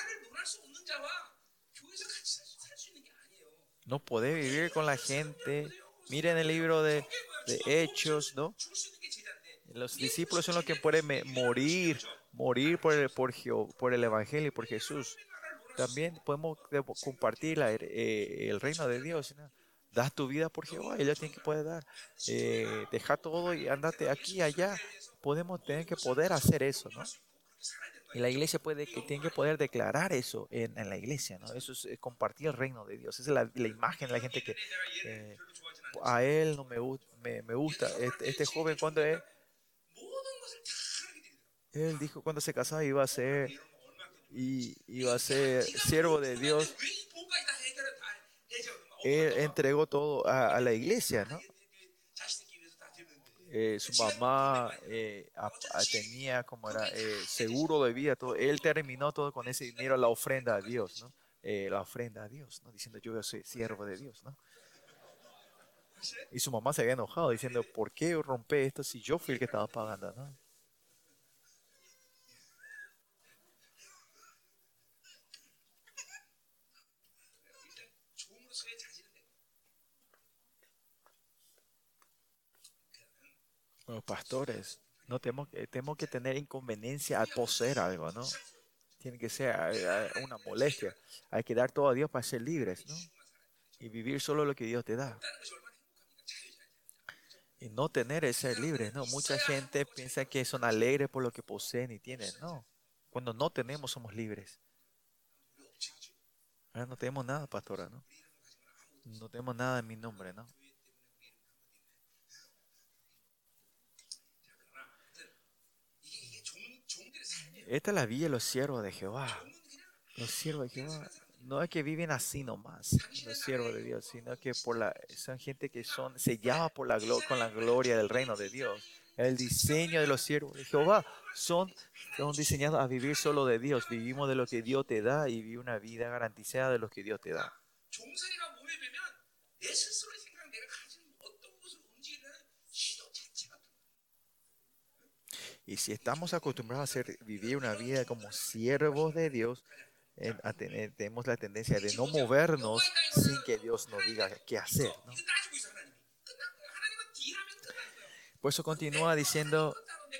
No podés vivir con la gente. Miren el libro de, de Hechos, ¿no? Los discípulos son los que pueden me- morir, morir por el, por, Jeo- por el Evangelio y por Jesús. También podemos de- compartir la her- eh, el reino de Dios, ¿no? Das tu vida por Jehová, ella tiene que poder dar. Eh, deja todo y andate aquí y allá. Podemos tener que poder hacer eso, ¿no? Y la iglesia puede que tiene que poder declarar eso en, en la iglesia, ¿no? Eso es eh, compartir el reino de Dios. Esa es la, la imagen de la gente que eh, a él no me, gu- me, me gusta. Este, este joven cuando él, él dijo cuando se casaba iba a ser y iba a ser siervo de Dios. Él entregó todo a, a la iglesia, ¿no? Eh, su mamá eh, a- a- tenía como era eh, seguro de vida, todo. Él terminó todo con ese dinero, la ofrenda a Dios, ¿no? Eh, la ofrenda a Dios, ¿no? Diciendo yo soy siervo de Dios, ¿no? Y su mamá se había enojado diciendo, ¿por qué rompe esto si yo fui el que estaba pagando, ¿no? Los pastores, no tenemos, que- tenemos que tener inconveniencia al poseer algo, ¿no? Tiene que ser eh, eh, una molestia. Hay que dar todo a Dios para ser libres, ¿no? Y vivir solo lo que Dios te da. Y no tener es ser libres, ¿no? Mucha gente piensa que son alegres por lo que poseen y tienen. No. Cuando no tenemos, somos libres. Ahora no tenemos nada, pastora, ¿no? No tenemos nada en mi nombre, ¿no? Esta es la vida de los siervos de Jehová. Los siervos de Jehová no es que viven así nomás, los siervos de Dios, sino que por la, son gente que son sellados por la, glo- con la gloria del reino de Dios. El diseño de los siervos de Jehová son, son diseñados a vivir solo de Dios. Vivimos de lo que Dios te da y vivir una vida garantizada de lo que Dios te da. Y si estamos acostumbrados a hacer, vivir una vida como siervos de Dios, eh, a tener- tenemos la tendencia de no movernos sin que Dios nos diga qué hacer, ¿no? Por eso continúa diciendo,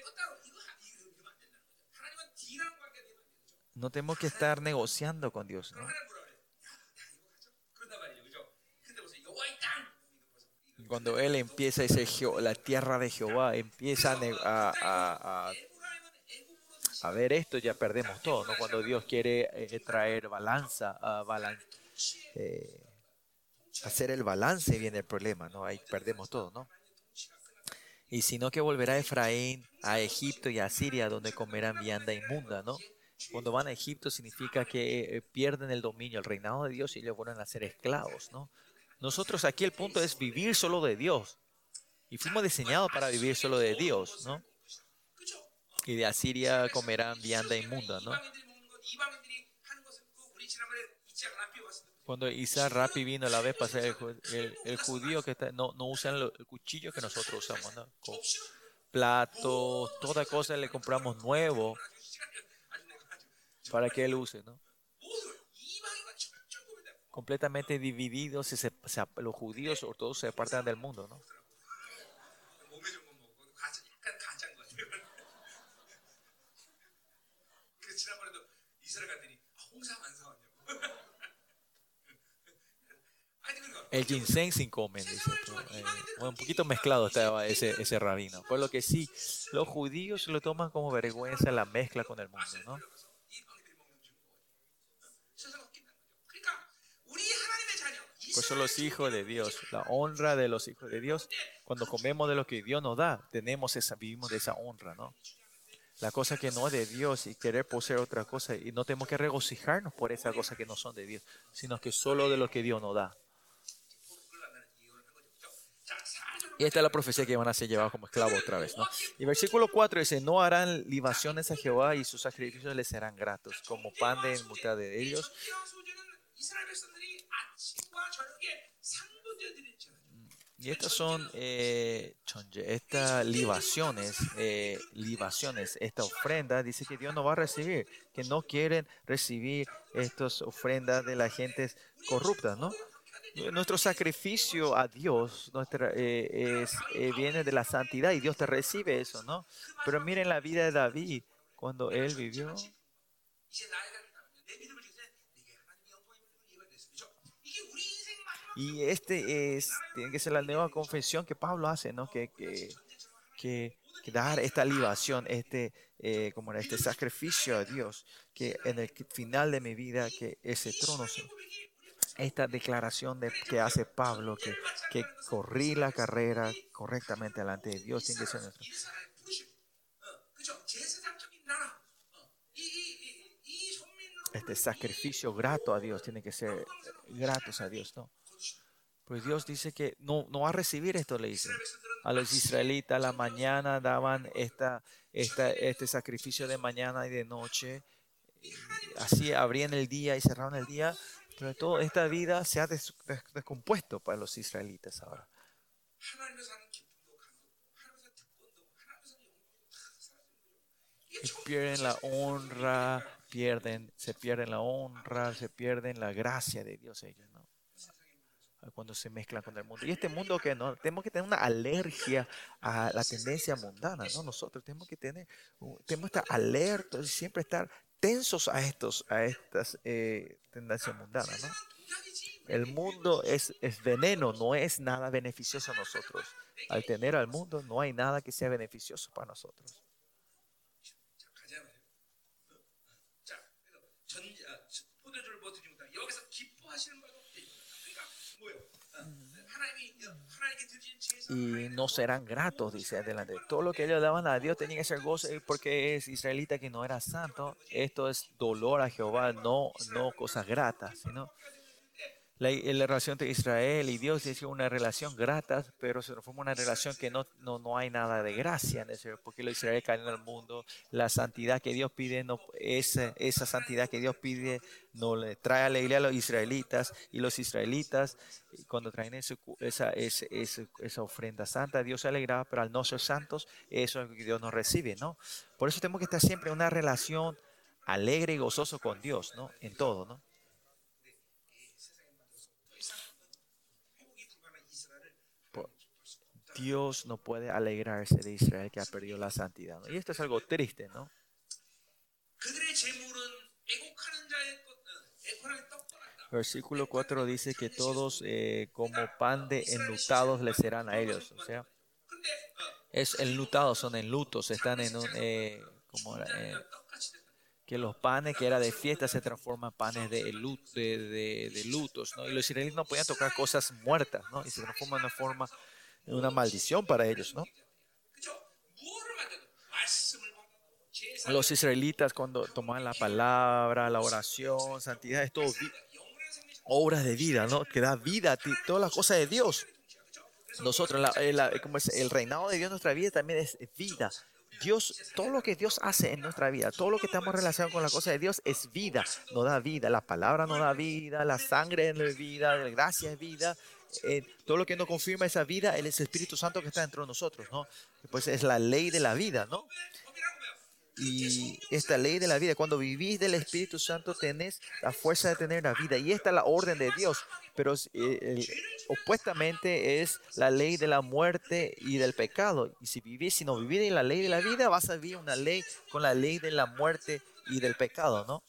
no tenemos que estar negociando con Dios, ¿no? Cuando Él empieza a decir Jeho- la tierra de Jehová, empieza a, ne- a- a- a- a ver esto, ya perdemos todo, ¿no? Cuando Dios quiere eh, traer balanza, a balan- eh, hacer el balance, viene el problema, ¿no? Ahí perdemos todo, ¿no? Y sino que volverá Efraín a Egipto y a Siria, donde comerán vianda inmunda, ¿no? Cuando van a Egipto significa que eh, pierden el dominio, el reinado de Dios y ellos vuelven a ser esclavos, ¿no? Nosotros aquí el punto es vivir solo de Dios. Y fuimos diseñados para vivir solo de Dios, ¿no? Y de Asiria comerán vianda inmunda, ¿no? Cuando Isa Rapi vino la vez pasada, el, ju- el- el judío que está, no, no usan lo- el cuchillo que nosotros usamos, ¿no? Con platos, toda cosa le compramos nuevo para que él use, ¿no? Completamente divididos, se, se- se- los judíos ortodoxos se apartan del mundo, ¿no? El ginseng sin comen, dice. Pero, eh, bueno, un poquito mezclado estaba ese, ese rabino. Por lo que sí, los judíos lo toman como vergüenza la mezcla con el mundo, ¿no? Pues son los hijos de Dios, la honra de los hijos de Dios. Cuando comemos de lo que Dios nos da, tenemos esa, vivimos de esa honra, ¿no? La cosa que no es de Dios y querer poseer otra cosa, y no tenemos que regocijarnos por esas cosas que no son de Dios, sino que solo de lo que Dios nos da. Y esta es la profecía que van a ser llevados como esclavos otra vez, ¿no? Y versículo cuatro dice, no harán libaciones a Jehová y sus sacrificios les serán gratos, como pan de enmutado de ellos. Y estas son eh, chonje, estas libaciones, eh, libaciones, esta ofrenda, dice que Dios no va a recibir, que no quieren recibir estas ofrendas de la gente corrupta, ¿no? Nuestro sacrificio a Dios nuestra, eh, es, eh, viene de la santidad y Dios te recibe eso, ¿no? Pero miren la vida de David cuando él vivió. Y este es, tiene que ser la nueva confesión que Pablo hace, ¿no? Que, que, que, que dar esta libación, este, eh, como era, este sacrificio a Dios, que en el final de mi vida, que ese trono, se- esta declaración de, que hace Pablo, que, que corrí la carrera correctamente delante de Dios, tiene que ser nuestro. Este sacrificio grato a Dios, tiene que ser gratos a Dios, ¿no? Pues Dios dice que no, no va a recibir esto, le dice. A los israelitas a la mañana daban esta, esta, este sacrificio de mañana y de noche. Y así abrían el día y cerraban el día. Pero toda esta vida se ha des- des- descompuesto para los israelitas ahora. Y pierden la honra, pierden, se pierden la honra, se pierden la gracia de Dios ellos, ¿no? Cuando se mezclan con el mundo. Y este mundo que no, tenemos que tener una alergia a la tendencia mundana, ¿no? Nosotros tenemos que tener, uh, tenemos que estar alertos y siempre estar tensos a estos, a estas eh, tendencias mundanas, ¿no? El mundo es, es veneno, no es nada beneficioso a nosotros. Al tener al mundo, no hay nada que sea beneficioso para nosotros. Y no serán gratos, dice adelante. Todo lo que ellos daban a Dios tenía que ser gozo, porque es israelita que no era santo. Esto es dolor a Jehová, no, no cosas gratas, sino la, la relación entre Israel y Dios es una relación grata, pero se transforma en una relación que no, no, no hay nada de gracia en eso, porque los israelíes caen en el mundo. La santidad que Dios pide, no, esa, esa santidad que Dios pide, no le trae alegría a los israelitas, y los israelitas, cuando traen ese, esa, esa, esa, esa ofrenda santa, Dios se alegra, pero al no ser santos, eso es lo que Dios nos recibe, ¿no? Por eso tenemos que estar siempre en una relación alegre y gozoso con Dios, ¿no? En todo, ¿no? Dios no puede alegrarse de Israel que ha perdido la santidad, ¿no? Y esto es algo triste, ¿no? Versículo cuatro dice que todos eh, como pan de enlutados le serán a ellos. O sea, es enlutados, son enlutos, están en un... eh, como era, eh, que los panes que era de fiesta se transforman en panes de, elu- de, de- de lutos, ¿no? Y los israelitas no podían tocar cosas muertas, ¿no? Y se transforman en una forma, en una maldición para ellos, ¿no? Los israelitas cuando tomaban la palabra, la oración, santidad, es todo vi- obras de vida, ¿no? Que da vida a ti, todas las cosas de Dios. Nosotros, la- eh, la- como es, el reinado de Dios en nuestra vida también es vida. Dios, todo lo que Dios hace en nuestra vida, todo lo que estamos relacionados con la cosa de Dios es vida, nos da vida. La palabra nos da vida, la sangre es vida, la gracia es vida. Eh, todo lo que nos confirma esa vida, Él es el Espíritu Santo que está dentro de nosotros, ¿no? Pues es la ley de la vida, ¿no? Y esta ley de la vida, cuando vivís del Espíritu Santo, tenés la fuerza de tener la vida. Y esta es la orden de Dios. Pero eh, el- opuestamente es la ley de la muerte y del pecado. Y si vivís, si no vivís en la ley de la vida, vas a vivir una ley con la ley de la muerte y del pecado, ¿no?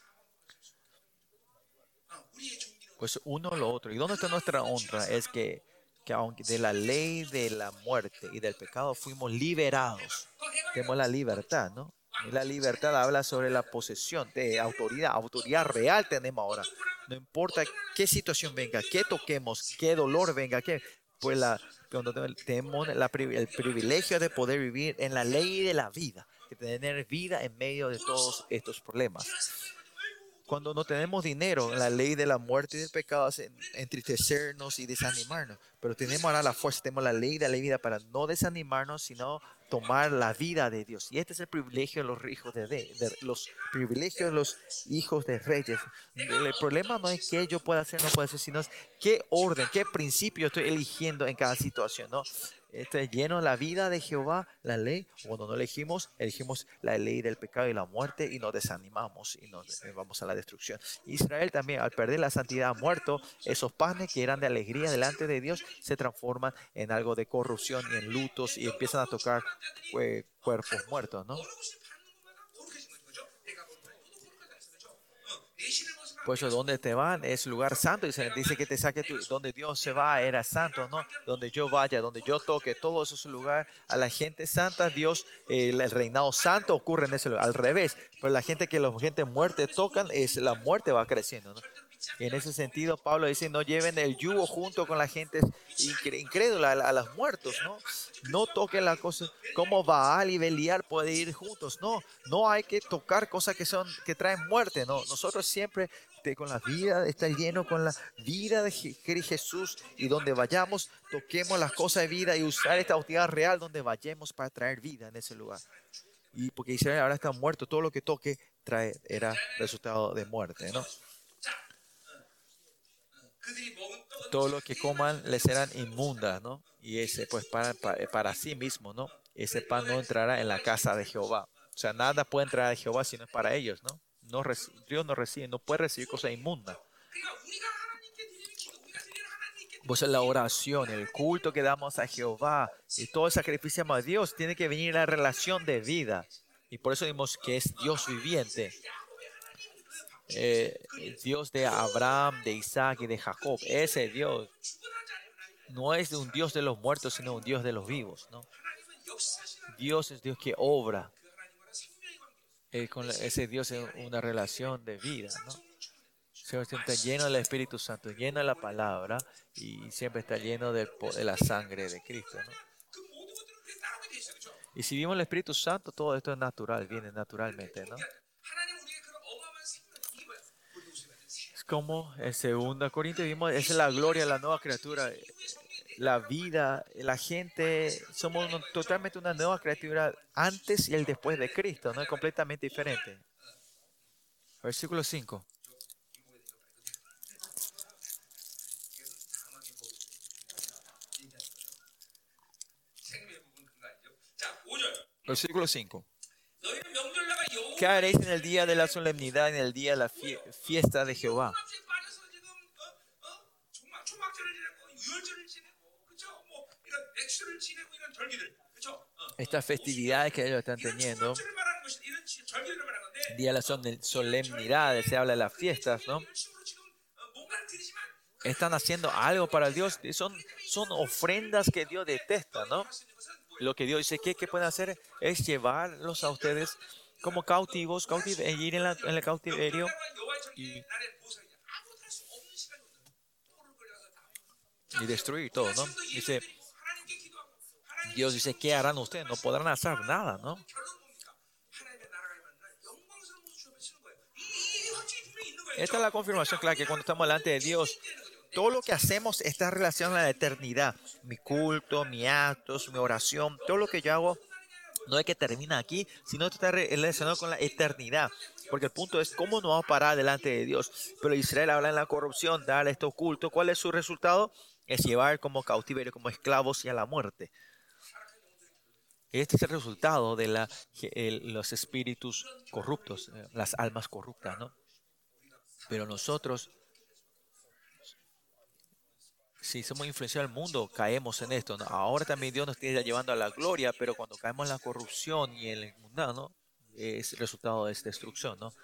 Pues uno o lo otro. ¿Y dónde está nuestra honra? Es que, que aunque de la ley de la muerte y del pecado fuimos liberados, tenemos la libertad, ¿no? Y la libertad habla sobre la posesión de autoridad. Autoridad real tenemos ahora. No importa qué situación venga, qué toquemos, qué dolor venga, qué, pues la, cuando tenemos la pri- el privilegio de poder vivir en la ley de la vida, de tener vida en medio de todos estos problemas. Cuando no tenemos dinero, la ley de la muerte y del pecado hace entristecernos y desanimarnos. Pero tenemos ahora la fuerza, tenemos la ley de la vida para no desanimarnos, sino tomar la vida de Dios. Y este es el privilegio de los hijos de, de, de los privilegios de los hijos de reyes. El problema no es qué yo pueda hacer, no puedo hacer, sino es qué orden, qué principio estoy eligiendo en cada situación, ¿no? Este, lleno la vida de Jehová, la ley. Cuando no elegimos, elegimos la ley del pecado y la muerte y nos desanimamos y nos eh, vamos a la destrucción. Israel también, al perder la santidad, ha muerto. Esos panes que eran de alegría delante de Dios se transforman en algo de corrupción y en lutos y empiezan a tocar eh, cuerpos muertos, ¿no? Por eso donde te van es lugar santo. Y se dice que te saque tu, donde Dios se va era santo, ¿no? Donde yo vaya, donde yo toque, todo eso es un lugar a la gente santa. Dios, eh, el reinado santo ocurre en ese lugar. Al revés, pero la gente que la gente muerte tocan, es la muerte va creciendo, ¿no? Y en ese sentido, Pablo dice, no lleven el yugo junto con la gente incre- incrédula, a, la- a los muertos, ¿no? No toquen las cosas como Baal y Belial pueden ir juntos, no, no hay que tocar cosas que son, que traen muerte, no. Nosotros siempre te- con la vida, está lleno con la vida de Je- Je- Jesús y donde vayamos, toquemos las cosas de vida y usar esta autoridad real donde vayamos para traer vida en ese lugar. Y porque Israel ahora está muerto, todo lo que toque trae, era resultado de muerte, ¿no? Todo lo que coman les serán inmundas, ¿no? Y ese, pues, para, para, para sí mismo, ¿no? Ese pan no entrará en la casa de Jehová. O sea, nada puede entrar a Jehová si no es para ellos, ¿no? No reci- Dios no recibe, no puede recibir cosas inmundas. Pues la oración, el culto que damos a Jehová y todo el sacrificio a Dios tiene que venir la relación de vida. Y por eso dimos que es Dios viviente. Eh, Dios de Abraham, de Isaac y de Jacob. Ese Dios no es un Dios de los muertos, sino un Dios de los vivos, ¿no? Dios es Dios que obra. Eh, con la- ese Dios es una relación de vida, ¿no? Siempre está lleno del Espíritu Santo, lleno de la palabra y siempre está lleno del po- de la sangre de Cristo, ¿no? Y si vimos el Espíritu Santo, todo esto es natural, viene naturalmente, ¿no? Es como en segunda Corintios vimos, esa es la gloria de la nueva criatura, la vida, la gente, somos un- totalmente una nueva criatura antes y el después de Cristo, ¿no? Es completamente diferente. Versículo cinco. Versículo cinco. ¿Qué haréis en el día de la solemnidad, en el día de la fie- fiesta de Jehová? Estas festividades que ellos están teniendo, día de la solemnidad, se habla de las fiestas, ¿no? están haciendo algo para Dios. Son, son ofrendas que Dios detesta, ¿no? Lo que Dios dice que, que pueden hacer es llevarlos a ustedes como cautivos, cautive- ir en, la- en el cautiverio y, y destruir todo, ¿no? Dice, Dios dice, ¿qué harán ustedes? No podrán hacer nada, ¿no? Esta es la confirmación clara que cuando estamos delante de Dios, todo lo que hacemos está relacionado a la eternidad. Mi culto, mis actos, mi oración, todo lo que yo hago no es que termina aquí, sino que está relacionado con la eternidad. Porque el punto es cómo nos vamos a parar delante de Dios. Pero Israel habla en la corrupción, darle estos cultos. ¿Cuál es su resultado? Es llevar como cautiverio, como esclavos y a la muerte. Este es el resultado de la, el, los espíritus corruptos, eh, las almas corruptas, ¿no? Pero nosotros, si somos influenciados del mundo, caemos en esto, ¿no? Ahora también Dios nos está llevando a la gloria, pero cuando caemos en la corrupción y en el mundano, es resultado de esta destrucción, ¿no?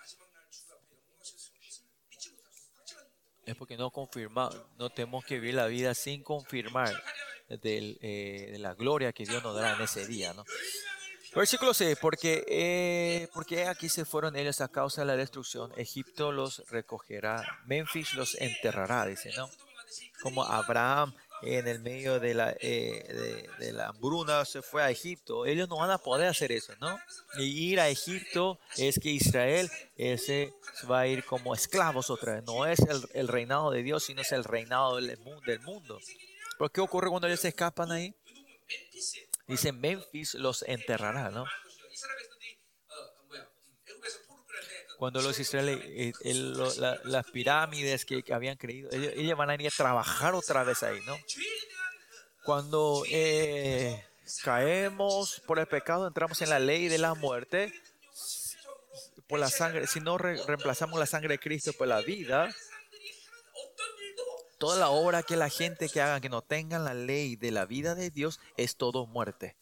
Es porque no confirma, no tenemos que vivir la vida sin confirmar del, eh, de la gloria que Dios nos dará en ese día, ¿no? Versículo seis, porque, eh, porque aquí se fueron ellos a causa de la destrucción, Egipto los recogerá, Memphis los enterrará, dice, ¿no? Como Abraham en el medio de la, eh, de, de la hambruna se fue a Egipto, ellos no van a poder hacer eso, ¿no? Y ir a Egipto es que Israel ese va a ir como esclavos otra vez, no es el, el reinado de Dios, sino es el reinado del, mu- del mundo. ¿Por qué ocurre cuando ellos se escapan ahí? Dice, Memphis los enterrará, ¿no? Cuando los israelíes, eh, el- lo- la- las pirámides que, que habían creído, ellos, ellos van a ir a trabajar otra vez ahí, ¿no? Cuando eh, caemos por el pecado, entramos en la ley de la muerte, por la sangre, si no re- reemplazamos la sangre de Cristo por la vida, toda la obra que la gente que haga que no tengan la ley de la vida de Dios es todo muerte.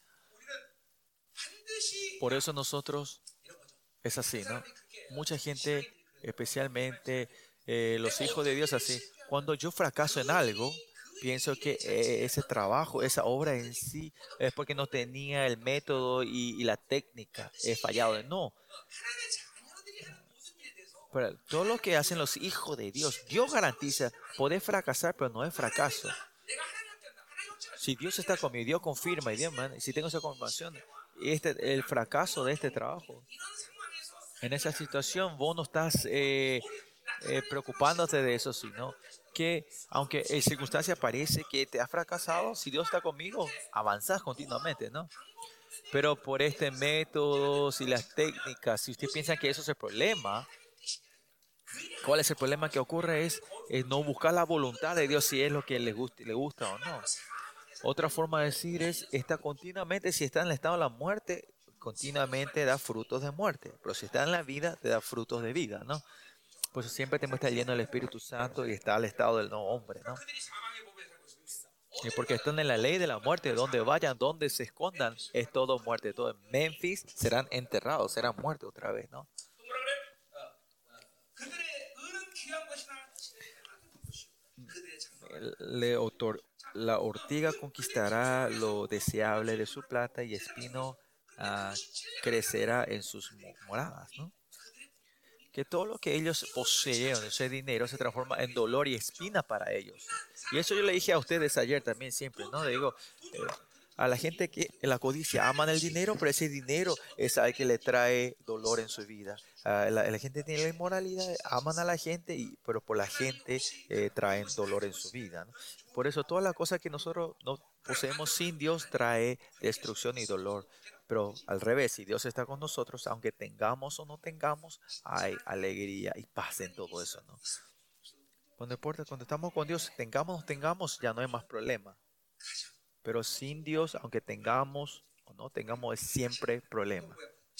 Por eso nosotros es así, ¿no? Mucha gente, especialmente eh, los hijos de Dios, así. Cuando yo fracaso en algo, pienso que eh, ese trabajo, esa obra en sí, es porque no tenía el método y, y la técnica. He fallado. No. Pero todo lo que hacen los hijos de Dios, Dios garantiza poder fracasar, pero no es fracaso. Si Dios está conmigo, Dios confirma, y Dios, man, y si tengo esa confirmación, este, el fracaso de este trabajo, en esa situación vos no estás eh, eh, preocupándote de eso, sino que aunque en circunstancia parece que te has fracasado, si Dios está conmigo, avanzas continuamente, ¿no? Pero por este método y las técnicas, si usted piensa que eso es el problema, ¿cuál es el problema que ocurre? Es, es no buscar la voluntad de Dios si es lo que le gusta, le gusta o no. Otra forma de decir es, está continuamente, si está en el estado de la muerte, continuamente da frutos de muerte. Pero si está en la vida, te da frutos de vida, ¿no? Por eso siempre tenemos que estar lleno del Espíritu Santo y está al estado del nuevo hombre, ¿no? Y porque están en la ley de la muerte, donde vayan, donde se escondan, es todo muerte. Todo en Memphis serán enterrados, serán muertos otra vez, ¿no? Le otor- la ortiga conquistará lo deseable de su plata y espino ah, crecerá en sus mo- moradas, ¿no? Que todo lo que ellos poseyeron, ese dinero, se transforma en dolor y espina para ellos. Y eso yo le dije a ustedes ayer también siempre, ¿no? Le digo, eh, a la gente que en la codicia aman el dinero, pero ese dinero es al que le trae dolor en su vida. Ah, la, la gente tiene la inmoralidad, aman a la gente, y, pero por la gente eh, traen dolor en su vida, ¿no? Por eso todas las cosas que nosotros no poseemos sin Dios trae destrucción y dolor. Pero al revés, si Dios está con nosotros, aunque tengamos o no tengamos, hay alegría y paz en todo eso, ¿no? Cuando importa, cuando estamos con Dios, tengamos o no tengamos, ya no hay más problema. Pero sin Dios, aunque tengamos o no tengamos, es siempre problema.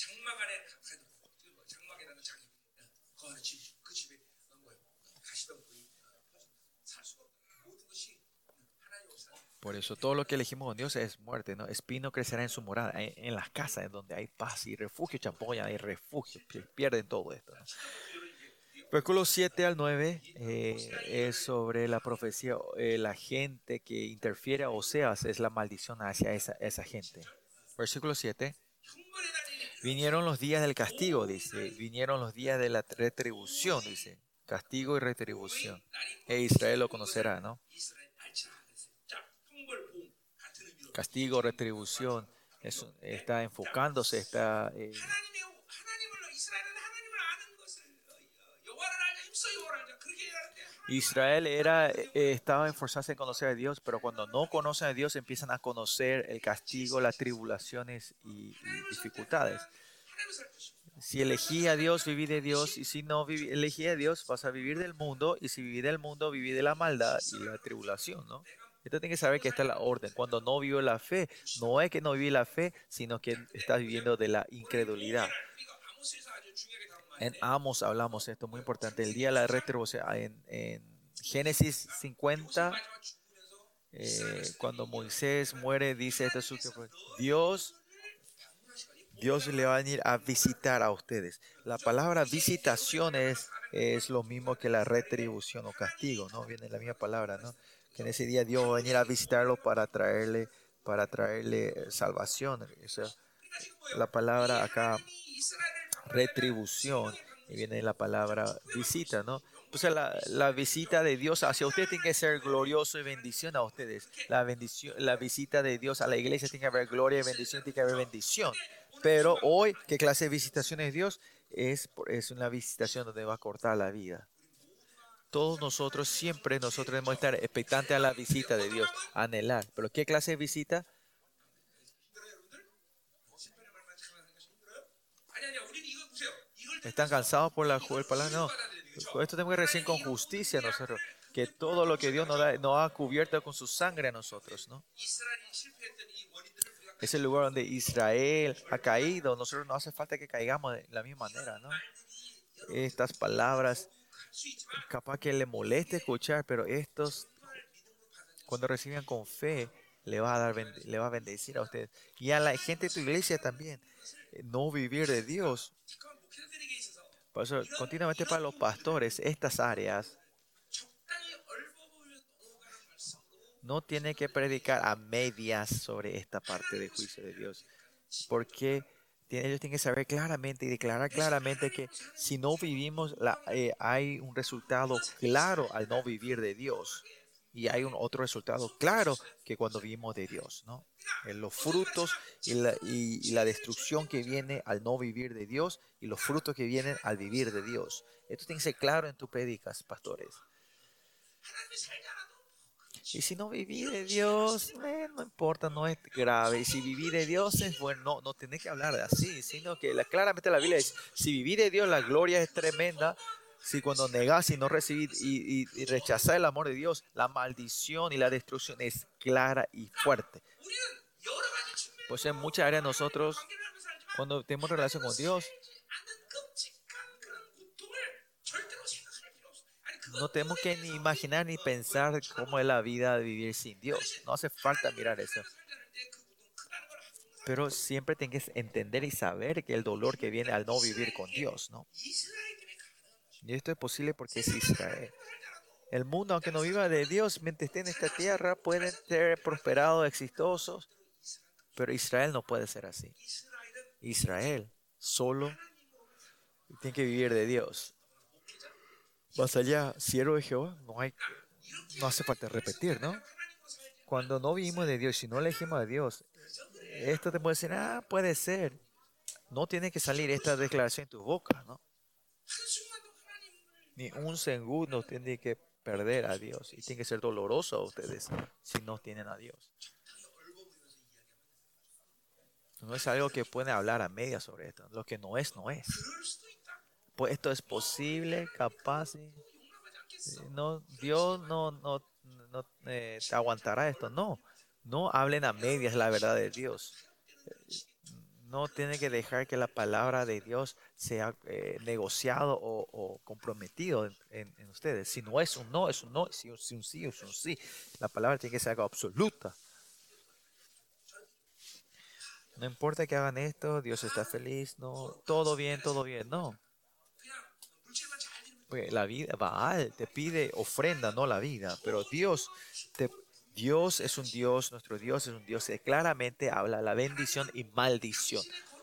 Por eso todo lo que elegimos con Dios es muerte, ¿no? Espino crecerá en su morada, en, en las casas en donde hay paz y refugio, champolla, hay refugio, pi- pierden todo esto, ¿no? Versículos siete al nueve eh, es sobre la profecía, eh, la gente que interfiere a Oseas es la maldición hacia esa, esa gente. Versículo siete. Vinieron los días del castigo, dice. Vinieron los días de la retribución, dice. Castigo y retribución. E Israel lo conocerá, ¿no? Castigo, retribución. Eso está enfocándose, está... eh, Israel era, eh, estaba esforzarse en conocer a Dios, pero cuando no conocen a Dios empiezan a conocer el castigo, las tribulaciones y, y dificultades. Si elegí a Dios, viví de Dios, y si no viví, elegí a Dios, vas a vivir del mundo, y si viví del mundo, viví de la maldad y la tribulación, ¿no? Esto tiene que saber que esta es la orden. Cuando no vivo la fe, no es que no viví la fe, sino que estás viviendo de la incredulidad. En Amos hablamos esto, muy importante. El día de la retribución, en, en Génesis cincuenta, eh, cuando Moisés muere, dice esto, su- Dios, Dios le va a venir a visitar a ustedes. La palabra visitación es, es lo mismo que la retribución o castigo, ¿no? Viene la misma palabra, ¿no? Que en ese día Dios va a venir a visitarlo para traerle, para traerle eh, salvación. O sea, la palabra acá retribución y viene la palabra visita, ¿no? O sea, la, la visita de Dios hacia ustedes tiene que ser glorioso y bendición a ustedes. La bendición, la visita de Dios a la iglesia tiene que haber gloria y bendición, tiene que haber bendición. Pero hoy, ¿qué clase de visitación es Dios? Es, por- es una visitación donde va a cortar la vida. Todos nosotros, siempre nosotros debemos estar expectantes a la visita de Dios, anhelar. Pero ¿qué clase de visita? ¿Están cansados por la ju- palabra? No. Con esto tenemos que recibir con justicia nosotros. Que todo lo que Dios nos, da, nos ha cubierto con su sangre a nosotros, ¿no? Es el lugar donde Israel ha caído. Nosotros no hace falta que caigamos de la misma manera, ¿no? Estas palabras, capaz que le moleste escuchar, pero estos, cuando reciban con fe, le va a dar, bend- le va a bendecir a ustedes. Y a la gente de tu iglesia también. Eh, No vivir de Dios. Por eso, continuamente para los pastores, estas áreas no tiene que predicar a medias sobre esta parte del juicio de Dios, porque tiene- ellos tienen que saber claramente y declarar claramente que si no vivimos, la- eh, hay un resultado claro al no vivir de Dios. Y hay un otro resultado claro que cuando vivimos de Dios, ¿no? En los frutos y la, y- y la destrucción que viene al no vivir de Dios y los frutos que vienen al vivir de Dios. Esto tiene que ser claro en tus prédicas, pastores. Y si no viví de Dios, eh, no importa, no es grave. Y si viví de Dios es bueno, no, no tenés que hablar de así, sino que la, claramente la Biblia dice, si viví de Dios, la gloria es tremenda. Si cuando negás y no recibís y, y, y rechazás el amor de Dios, la maldición y la destrucción es clara y fuerte. Pues en muchas áreas nosotros, cuando tenemos relación con Dios, no tenemos que ni imaginar ni pensar cómo es la vida de vivir sin Dios. No hace falta mirar eso. Pero siempre tienes que entender y saber que el dolor que viene al no vivir con Dios, ¿no? Y esto es posible porque es Israel. El mundo, aunque no viva de Dios, mientras esté en esta tierra, pueden ser prosperados, exitosos, pero Israel no puede ser así. Israel solo tiene que vivir de Dios. Más allá, siervo de Jehová, no hay, no hace falta repetir, ¿no? Cuando no vivimos de Dios, si no elegimos a Dios, esto te puede decir, ah, puede ser. No tiene que salir esta declaración en tu boca, ¿no? Ni un segundo tiene que perder a Dios. Y tiene que ser doloroso a ustedes si no tienen a Dios. No es algo que pueden hablar a medias sobre esto. Lo que no es, no es. Pues esto es posible, capaz. Sí. No, Dios no, no, no eh, aguantará esto. No, no hablen a medias la verdad de Dios. No tiene que dejar que la palabra de Dios sea eh, negociado o, o comprometido en, en- en ustedes. Si no es un no, es un no. Si es un sí, es un sí. La palabra tiene que ser algo absoluta. No importa que hagan esto, Dios está feliz. No, todo bien, todo bien. No. Porque la vida, Baal te pide ofrenda, no la vida, pero Dios, te, Dios es un Dios, nuestro Dios es un Dios que claramente habla la bendición y maldición.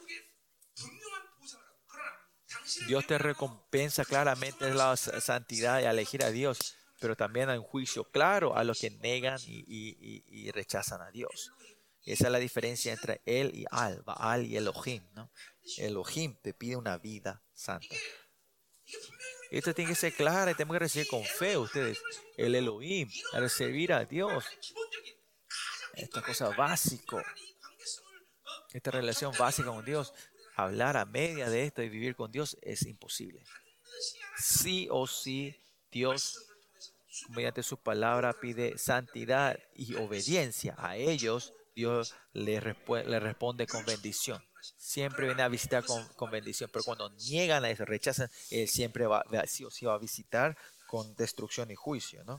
Dios te recompensa claramente la s- santidad y elegir a Dios, pero también hay un juicio claro a los que negan y, y- y- y rechazan a Dios. Esa es la diferencia entre Él y Al, Baal y Elohim, ¿no? Elohim te pide una vida santa. Esto tiene que ser claro y tenemos que recibir con fe ustedes. El Elohim, a recibir a Dios. Esta cosa básica, esta relación básica con Dios. Hablar a media de esto y vivir con Dios es imposible. Sí o sí, Dios, mediante su palabra, pide santidad y obediencia. A ellos, Dios le, respu- le responde con bendición. Siempre viene a visitar con, con bendición, pero cuando niegan a eso, rechazan, Él siempre va, va- sí o sí va a visitar con destrucción y juicio, ¿no?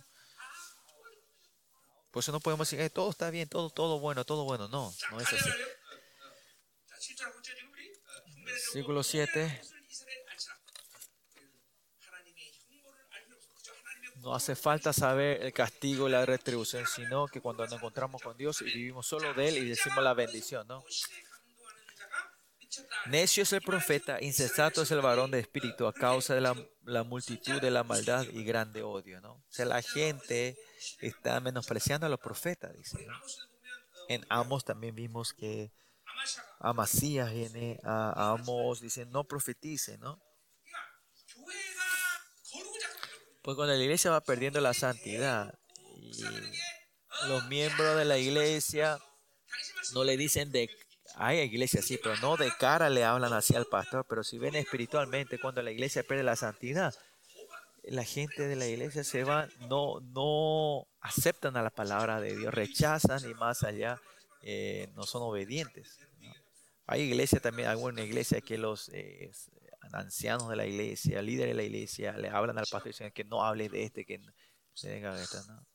Por eso no podemos decir, "Eh, todo está bien, todo, todo bueno, todo bueno". No, no es así. Versículo siete. No hace falta saber el castigo y la retribución, sino que cuando nos encontramos con Dios y vivimos solo de Él y decimos la bendición, ¿no? Necio es el profeta, insensato es el varón de espíritu a causa de la, la multitud de la maldad y grande odio, ¿no? O sea, la gente está menospreciando a los profetas, dice, ¿no? En Amos también vimos que Amasías viene a, a Amos, dice, no profetice, ¿no? Pues cuando la iglesia va perdiendo la santidad y los miembros de la iglesia no le dicen de, hay iglesias sí, pero no de cara le hablan así al pastor, pero si ven espiritualmente, cuando la iglesia pierde la santidad, la gente de la iglesia se va, no, no aceptan a la palabra de Dios, rechazan y más allá eh, no son obedientes, ¿no? Hay iglesia también, alguna iglesia que los eh, ancianos de la iglesia, líderes de la iglesia, le hablan al pastor y dicen que no hable de este, que no se venga de esta, ¿no?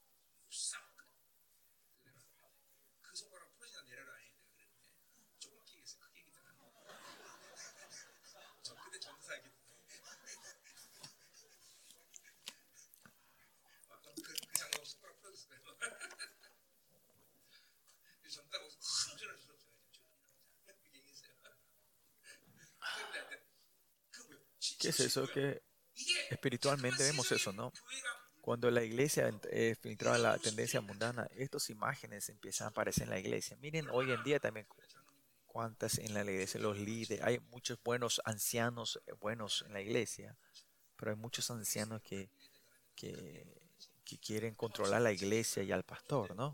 ¿Qué es eso? Que espiritualmente vemos eso, ¿no? Cuando la iglesia ent- eh, filtraba la tendencia mundana, estas imágenes empiezan a aparecer en la iglesia. Miren, hoy en día también cu- cuántas en la iglesia, los líderes, hay muchos buenos ancianos eh, buenos en la iglesia, pero hay muchos ancianos que, que, que quieren controlar la iglesia y al pastor, ¿no?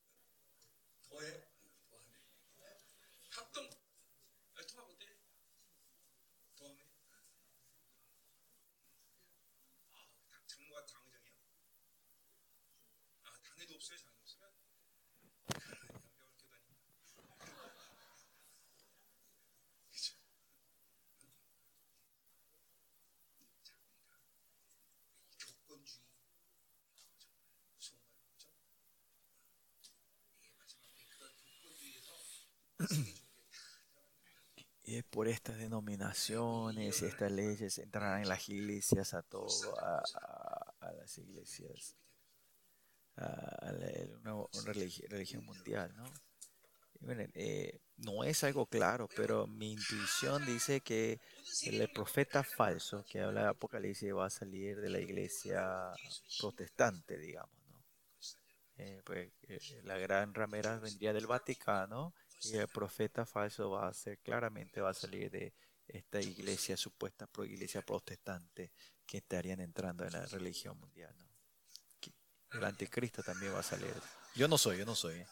Y es por estas denominaciones, estas leyes entrarán en las iglesias a todo, a, a- a las iglesias, a, a la, una, una religi- religión mundial, ¿no? Y miren, eh, no es algo claro, pero mi intuición dice que el profeta falso que habla de Apocalipsis va a salir de la iglesia protestante, digamos, ¿no? Eh, pues, eh, la gran ramera vendría del Vaticano y el profeta falso va a ser claramente va a salir de esta iglesia supuesta pro iglesia protestante que estarían entrando en la religión mundial, ¿no? Que el anticristo también va a salir. Yo no soy, yo no soy. ¿Eh?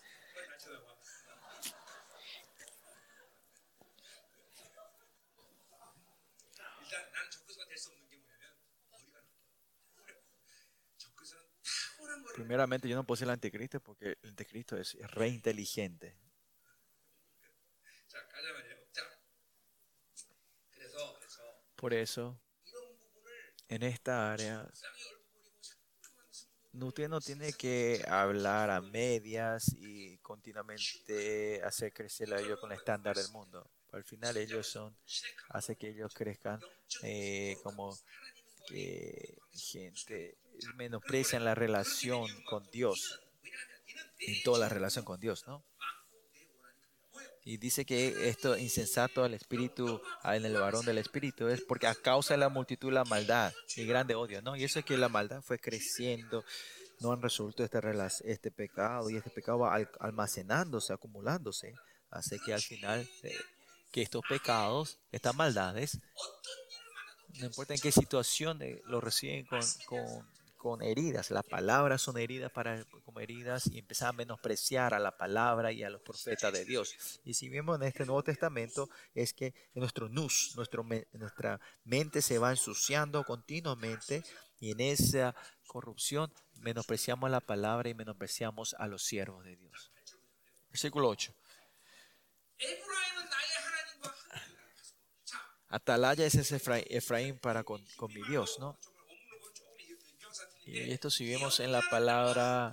Primeramente, yo no puedo ser el anticristo porque el anticristo es, es re inteligente. Por eso, en esta área, no- usted no tiene que hablar a medias y continuamente hacer crecer a ellos con el estándar del mundo. Al final ellos son, hace que ellos crezcan eh, como que gente menosprecian la relación con Dios, en toda la relación con Dios, ¿no? Y dice que esto insensato al espíritu, en el varón del espíritu, es porque a causa de la multitud la maldad y grande odio, ¿no? Y eso es que la maldad fue creciendo, no han resuelto este, rela- este pecado y este pecado va al- almacenándose, acumulándose, hace que al final eh, que estos pecados, estas maldades, no importa en qué situación eh, lo reciben con, con, con heridas. Las palabras son heridas para, como heridas y empiezan a menospreciar a la palabra y a los profetas de Dios. Y si vemos en este Nuevo Testamento, es que nuestro nus, nuestro, me- nuestra mente se va ensuciando continuamente y en esa corrupción menospreciamos la palabra y menospreciamos a los siervos de Dios. Versículo ocho. Atalaya es ese Efra- Efraín para con, con mi Dios, ¿no? Y esto si vemos en la palabra,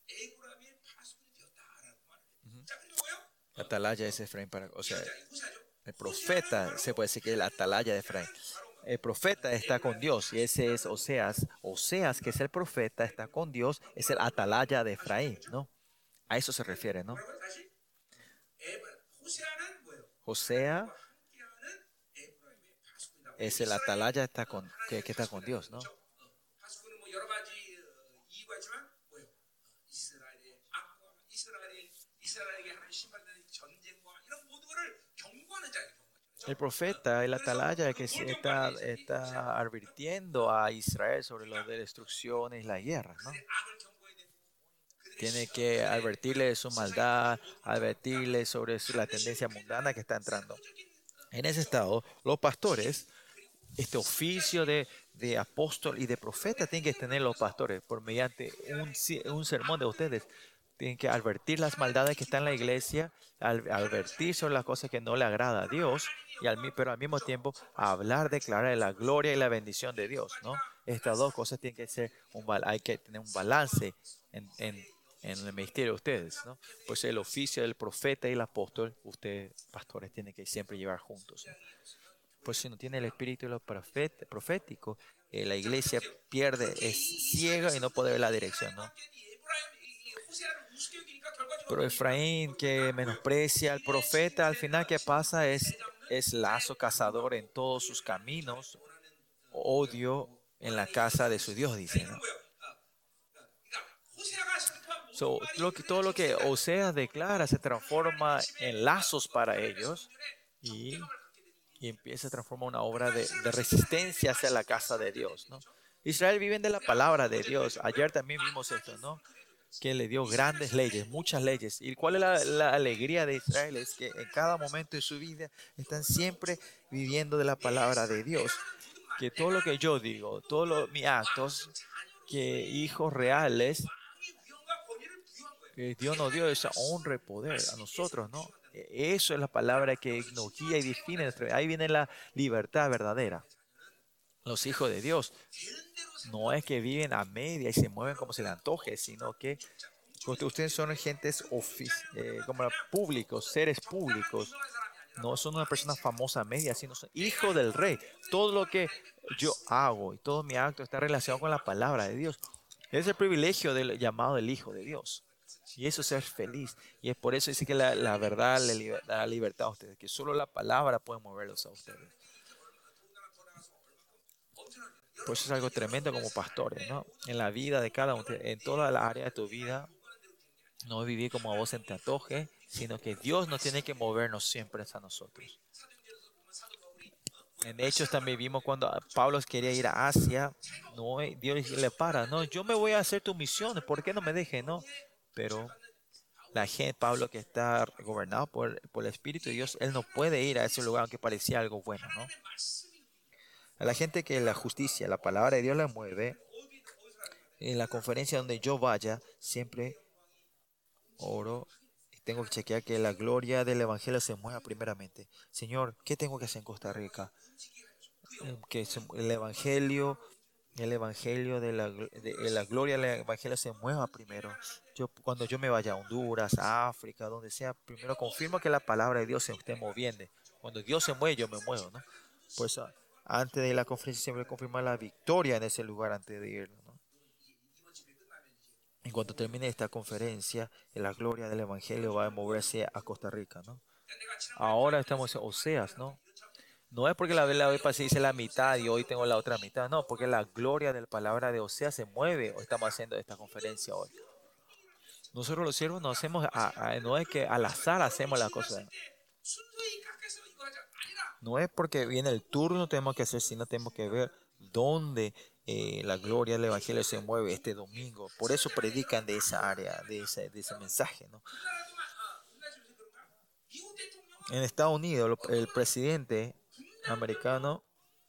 ujú, atalaya es Efraín para, o sea, el profeta, se puede decir que es el atalaya de Efraín. El profeta está con Dios y ese es Oseas. Oseas, que es el profeta, está con Dios, es el atalaya de Efraín, ¿no? A eso se refiere, ¿no? Osea es el atalaya está con, que, que está con Dios, ¿no? El profeta, el atalaya que se está, está advirtiendo a Israel sobre las destrucciones y las guerras, ¿no? Tiene que advertirle de su maldad, advertirle sobre su- la tendencia mundana que está entrando. En ese estado, los pastores, este oficio de, de apóstol y de profeta, tienen que tener los pastores por mediante un, si- un sermón de ustedes. Tienen que advertir las maldades que están en la iglesia, al- advertir sobre las cosas que no le agrada a Dios, y al, mi- pero al mismo tiempo hablar, declarar la gloria y la bendición de Dios, ¿no? Estas dos cosas tienen que ser un, bal- hay que tener un balance en, en- en el ministerio de ustedes, ¿no? Pues el oficio del profeta y el apóstol, ustedes, pastores, tienen que siempre llevar juntos, ¿no? Pues si no tiene el espíritu de lo profet- profético, eh, la iglesia pierde, es ciega y no puede ver la dirección, ¿no? Pero Efraín, que menosprecia al profeta, al final que pasa es, es lazo cazador en todos sus caminos, odio en la casa de su Dios, dice, ¿no? So, lo que, todo lo que Oseas declara se transforma en lazos para ellos y, y empieza a transformar una obra de, de resistencia hacia la casa de Dios, ¿no? Israel vive de la palabra de Dios. Ayer también vimos esto, ¿no? Que le dio grandes leyes, muchas leyes. ¿Y cuál es la, la alegría de Israel? Es que en cada momento de su vida están siempre viviendo de la palabra de Dios. Que todo lo que yo digo, todos los, mis actos, que hijos reales, que Dios nos dio esa honra y poder a nosotros, ¿no? E- Eso es la palabra que nos guía y define nuestra vida. Ahí viene la libertad verdadera. Los hijos de Dios no es que viven a media y se mueven como se les antoje, sino que porque ustedes son gentes ofici- eh, como públicos, seres públicos. No son una persona famosa a media, sino son hijos del rey. Todo lo que yo hago y todo mi acto está relacionado con la palabra de Dios. Es el privilegio del llamado del Hijo de Dios. Y eso es ser feliz. Y es por eso dice que la, la verdad le liber- da libertad a ustedes, que solo la palabra puede moverlos a ustedes. Pues eso es algo tremendo como pastores, ¿no? En la vida de cada uno, en toda la área de tu vida, no vivir como a vos se te antoje, sino que Dios no tiene que movernos siempre a nosotros. En Hechos también vimos cuando Pablo quería ir a Asia, no, eh, Dios le para, no, yo me voy a hacer tu misión, ¿por qué no me deje, no? Pero la gente, Pablo que está gobernado por, por el Espíritu de Dios, él no puede ir a ese lugar aunque parecía algo bueno, ¿no? A la gente que la justicia, la palabra de Dios la mueve, en la conferencia donde yo vaya, siempre oro y tengo que chequear que la gloria del Evangelio se mueva primeramente. Señor, ¿qué tengo que hacer en Costa Rica? Eh, Que se- el Evangelio, el Evangelio de la, gl- de, de la gloria del Evangelio se mueva primero. Yo, cuando yo me vaya a Honduras, a África, donde sea, primero confirmo que la palabra de Dios se esté moviendo. Cuando Dios se mueve, yo me muevo, ¿no? Por eso antes de la conferencia siempre confirmar la victoria en ese lugar antes de irnos, ¿no? En cuanto termine esta conferencia, la gloria del Evangelio va a moverse a Costa Rica, ¿no? Ahora estamos en Oseas, ¿no? No es porque la vez la vez pasada hice la mitad y hoy tengo la otra mitad, no, porque la gloria de la palabra de Oseas se mueve. Hoy estamos haciendo esta conferencia hoy. Nosotros los siervos no hacemos, a- a- no es que al azar hacemos la cosa. No es porque viene el turno tenemos que hacer, sino tenemos que ver dónde eh, la gloria del Evangelio se mueve este domingo. Por eso predican de esa área, de ese, de ese mensaje, ¿no? En Estados Unidos, lo- el presidente americano,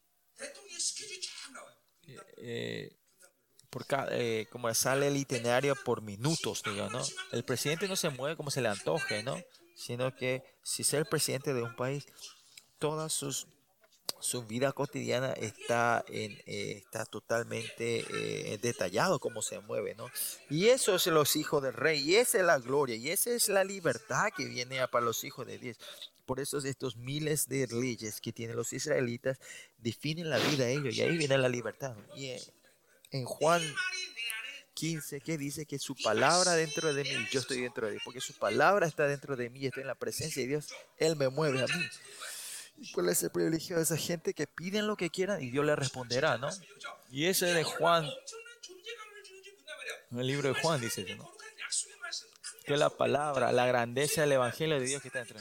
eh, por cada, eh, como sale el itinerario por minutos, digo, ¿no? El presidente no se mueve como se le antoje, ¿no? Sino que si es el presidente de un país, todas sus su vida cotidiana está, en, eh, está totalmente eh, detallado cómo se mueve, ¿no? Y eso es los hijos del rey, y esa es la gloria, y esa es la libertad que viene a para los hijos de Dios. Por eso estos miles de leyes que tienen los israelitas definen la vida de ellos, y ahí viene la libertad. Y eh, en Juan quince, que dice que su palabra dentro de mí, yo estoy dentro de Dios, porque su palabra está dentro de mí, estoy en la presencia de Dios, Él me mueve a mí. ¿Cuál es el privilegio de esa gente que piden lo que quieran y Dios les responderá, ¿no? Y ese de Juan, en el libro de Juan dice eso, ¿no? Que la palabra, la grandeza del Evangelio de Dios que está dentro.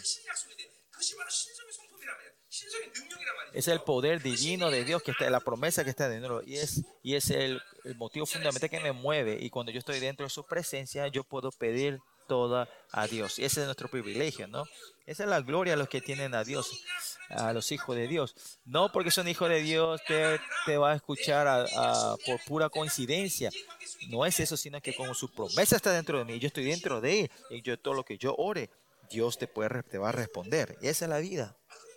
Es el poder divino de Dios que está, la promesa que está dentro. Y es, y es el, el motivo fundamental que me mueve. Y cuando yo estoy dentro de su presencia, yo puedo pedir todo a Dios. Y ese es nuestro privilegio, ¿no? Esa es la gloria a los que tienen a Dios, a los hijos de Dios. No porque son hijos de Dios te, te va a escuchar a- a- por pura coincidencia. No es eso, sino que como su promesa está dentro de mí, yo estoy dentro de él. Y yo todo lo que yo ore, Dios te, puede, te va a responder. Y esa es la vida.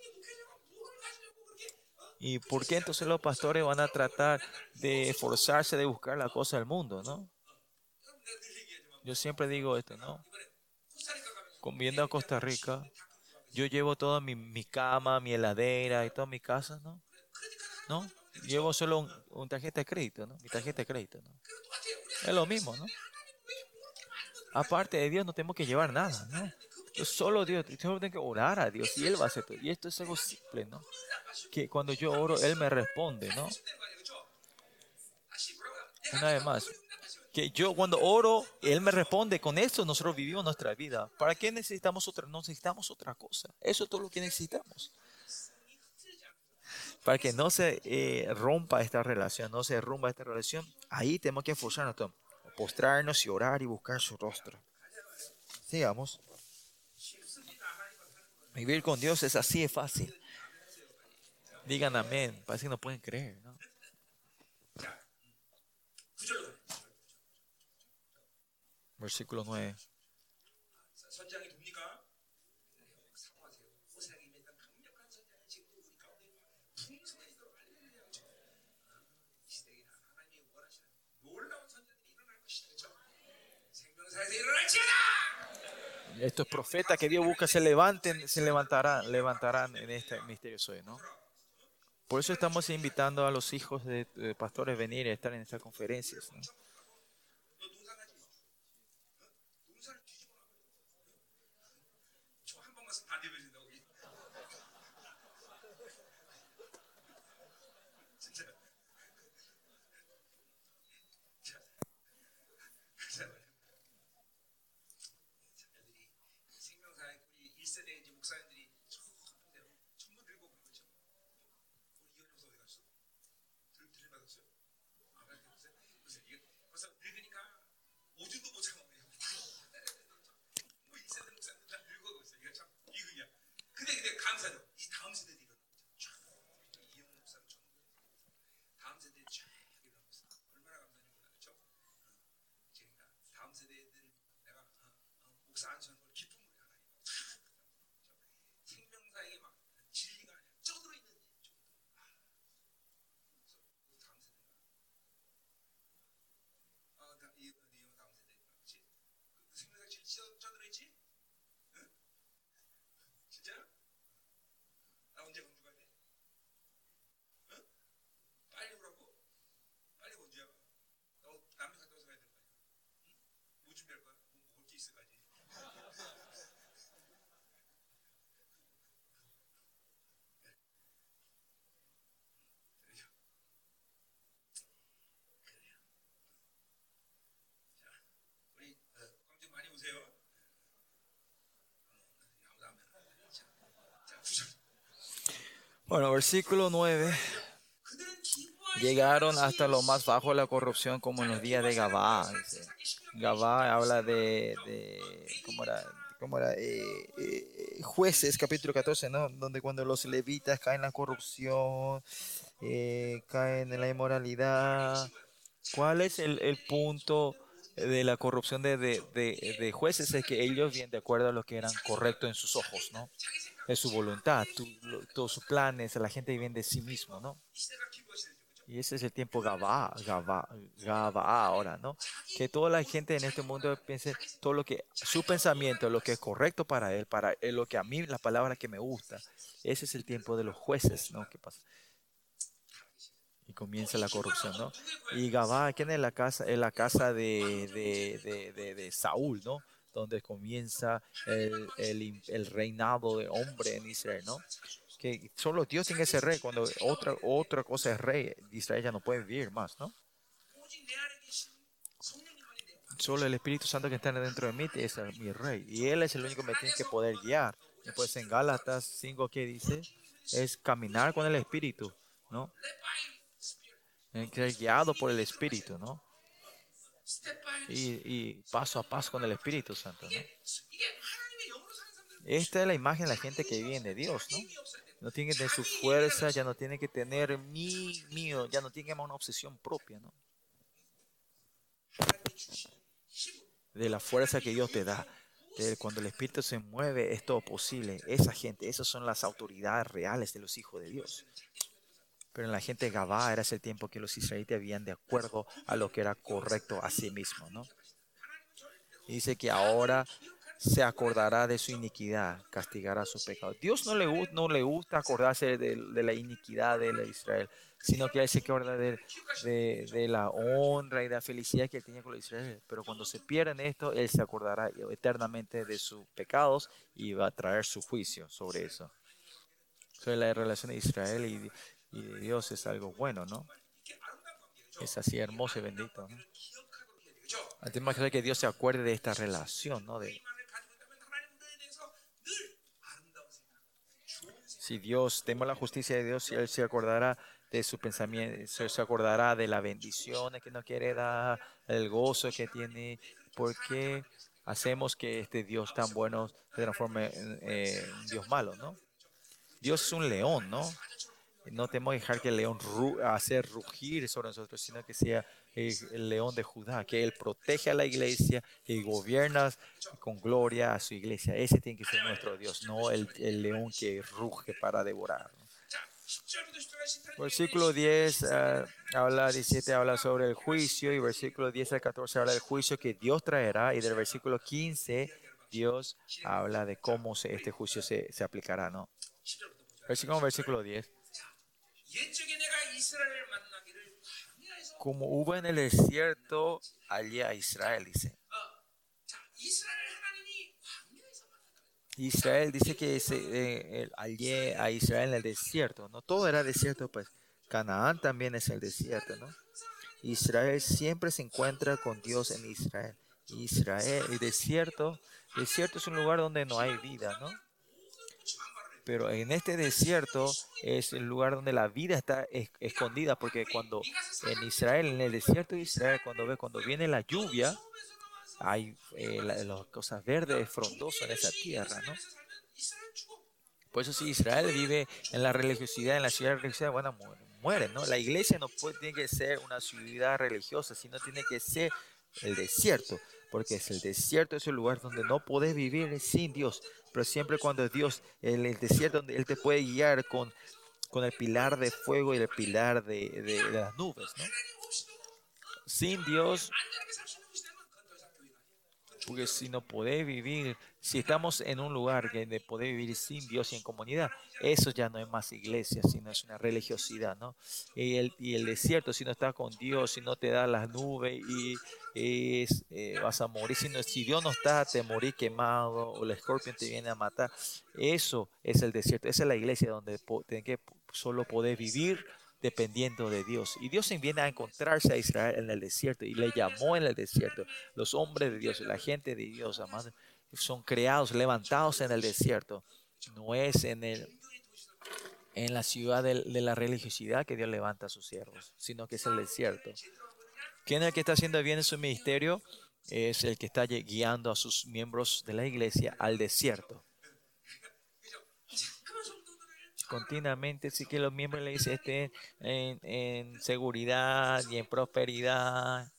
¿Y por qué entonces los pastores van a tratar de esforzarse de buscar la cosa del mundo, no? Yo siempre digo esto, ¿no? Con- Viendo a Costa Rica, yo llevo toda mi, mi cama, mi heladera y toda mi casa, ¿no? ¿No? Llevo solo un, un tarjeta de crédito, ¿no? Mi tarjeta de crédito, ¿no? Es lo mismo, ¿no? Aparte de Dios no tenemos que llevar nada, ¿no? Yo solo Dios, yo solo tengo que orar a Dios y Él va a hacer todo. Y esto es algo simple, ¿no? Que cuando yo oro, Él me responde, ¿no? Una vez más, que yo cuando oro, Él me responde, con eso nosotros vivimos nuestra vida. ¿Para qué necesitamos otra? No necesitamos otra cosa. Eso es todo lo que necesitamos. Para que no se eh, rompa esta relación, no se rompa esta relación, ahí tenemos que esforzarnos, Tom. Postrarnos y orar y buscar su rostro. Sigamos. Vivir con Dios es así de fácil. Digan amén. Parece que no pueden creer, ¿no? Versículo nueve. Estos profetas que Dios busca se levanten, se levantarán, levantarán en este misterio hoy, ¿no? Por eso estamos invitando a los hijos de, de pastores a venir a estar en estas conferencias, ¿no? Bueno, versículo nueve. Llegaron hasta lo más bajo de la corrupción como en los días de Gabá. Dice. Gabá habla de, de ¿cómo era? ¿Cómo era? Eh, eh, Jueces, capítulo catorce, ¿no? Donde cuando los levitas caen en la corrupción, eh, caen en la inmoralidad. ¿Cuál es el, el punto de la corrupción de, de, de, de jueces? Es que ellos vienen de acuerdo a lo que eran correcto en sus ojos, ¿no? Es su voluntad, tu- lo- todos sus planes, la gente viene de sí mismo, ¿no? Y ese es el tiempo Gabá, Gabá, Gabá ahora, ¿no? Que toda la gente en este mundo piense todo lo que, su pensamiento, lo que es correcto para él, para él, lo que a mí, la palabra que me gusta. Ese es el tiempo de los jueces, ¿no? ¿Qué pasa? Y comienza la corrupción, ¿no? Y Gabá, ¿quién es la casa? Es la casa de, de, de, de, de Saúl, ¿no? Donde comienza el, el, el reinado de hombre en Israel, ¿no? Que solo Dios tiene ese rey. Cuando otra, otra cosa es rey, Israel ya no puede vivir más, ¿no? Solo el Espíritu Santo que está dentro de mí es mi rey. Y Él es el único que me tiene que poder guiar. Después en Gálatas cinco, ¿qué dice? Es caminar con el Espíritu, ¿no? Eh, Ser guiado por el Espíritu, ¿no? Y, y paso a paso con el Espíritu Santo, ¿no? Esta es la imagen de la gente que vive de Dios, ¿no? No tiene que tener su fuerza, ya no tiene que tener mi, mío, ya no tiene que tener una obsesión propia, ¿no? De la fuerza que Dios te da. De cuando el Espíritu se mueve, es todo posible. Esa gente, esas son las autoridades reales de los hijos de Dios. Pero en la gente de Gabá era ese tiempo que los israelitas vivían de acuerdo a lo que era correcto a sí mismo, ¿no? Y dice que ahora se acordará de su iniquidad, castigará su pecado. Dios no le, gu- no le gusta acordarse de, de la iniquidad de la Israel, sino que Él se acuerda de, de, de la honra y de la felicidad que Él tenía con los Israel. Pero cuando se pierden esto, Él se acordará eternamente de sus pecados y va a traer su juicio sobre eso. Sobre la relación de Israel y, y de Dios es algo bueno, ¿no? Es así hermoso y bendito, ¿no? Tenemos que que Dios se acuerde de esta relación, ¿no? De, si Dios, tenemos la justicia de Dios, y Él se acordará de su pensamiento, se, se acordará de las bendiciones que nos quiere dar, el gozo que tiene. ¿Por qué hacemos que este Dios tan bueno se transforme en eh, un Dios malo, ¿no? Dios es un león, ¿no? No tenemos que dejar que el león ru hacer rugir sobre nosotros, sino que sea eh, el león de Judá, que Él protege a la iglesia y gobierna con gloria a su iglesia. Ese tiene que ser nuestro Dios, no el, el león que ruge para devorar. ¿No? Versículo diez uh, habla, diecisiete habla sobre el juicio y versículo diez al catorce habla del juicio que Dios traerá y del versículo quince Dios habla de cómo se, este juicio se, se aplicará, ¿no? Versículo, versículo diez. Como hubo en el desierto, allí a Israel, dice. Israel dice que se, eh, el- hallé a Israel en el desierto, no todo era desierto, pues Canaán también es el desierto, ¿no? Israel siempre se encuentra con Dios en Israel. Israel, el desierto, desierto es un lugar donde no hay vida, ¿no? Pero en este desierto es el lugar donde la vida está es- escondida, porque cuando en Israel, en el desierto de Israel, cuando ve, cuando viene la lluvia, hay eh, la- las cosas verdes, frondosas en esa tierra, ¿no? Por eso si Israel vive en la religiosidad, en la ciudad religiosa, bueno, mu- mueren, ¿no? La iglesia no puede, tiene que ser una ciudad religiosa, sino tiene que ser el desierto, porque es el desierto, es el lugar donde no puedes vivir sin Dios, pero siempre cuando Dios, en el desierto donde Él te puede guiar con, con el pilar de fuego y el pilar de, de- de las nubes, ¿no? Sin Dios Porque si no podés vivir, si estamos en un lugar que de poder vivir sin Dios y en comunidad, eso ya no es más iglesia, sino es una religiosidad, ¿no? Y el, y el desierto, si no estás con Dios, si no te da las nubes y es, eh, vas a morir, si, no, si Dios no está, te morís quemado o el escorpión te viene a matar. Eso es el desierto, esa es la iglesia donde po- tenés que solo poder vivir dependiendo de Dios. Y Dios viene a encontrarse a Israel en el desierto y le llamó en el desierto. Los hombres de Dios, la gente de Dios, amados, son creados, levantados en el desierto. No es en, el, en la ciudad de, de la religiosidad que Dios levanta a sus siervos, sino que es el desierto. ¿Quién es el que está haciendo bien en su ministerio? Es el que está guiando a sus miembros de la iglesia al desierto. Continuamente, sí que los miembros le dicen estén en, en seguridad y en prosperidad.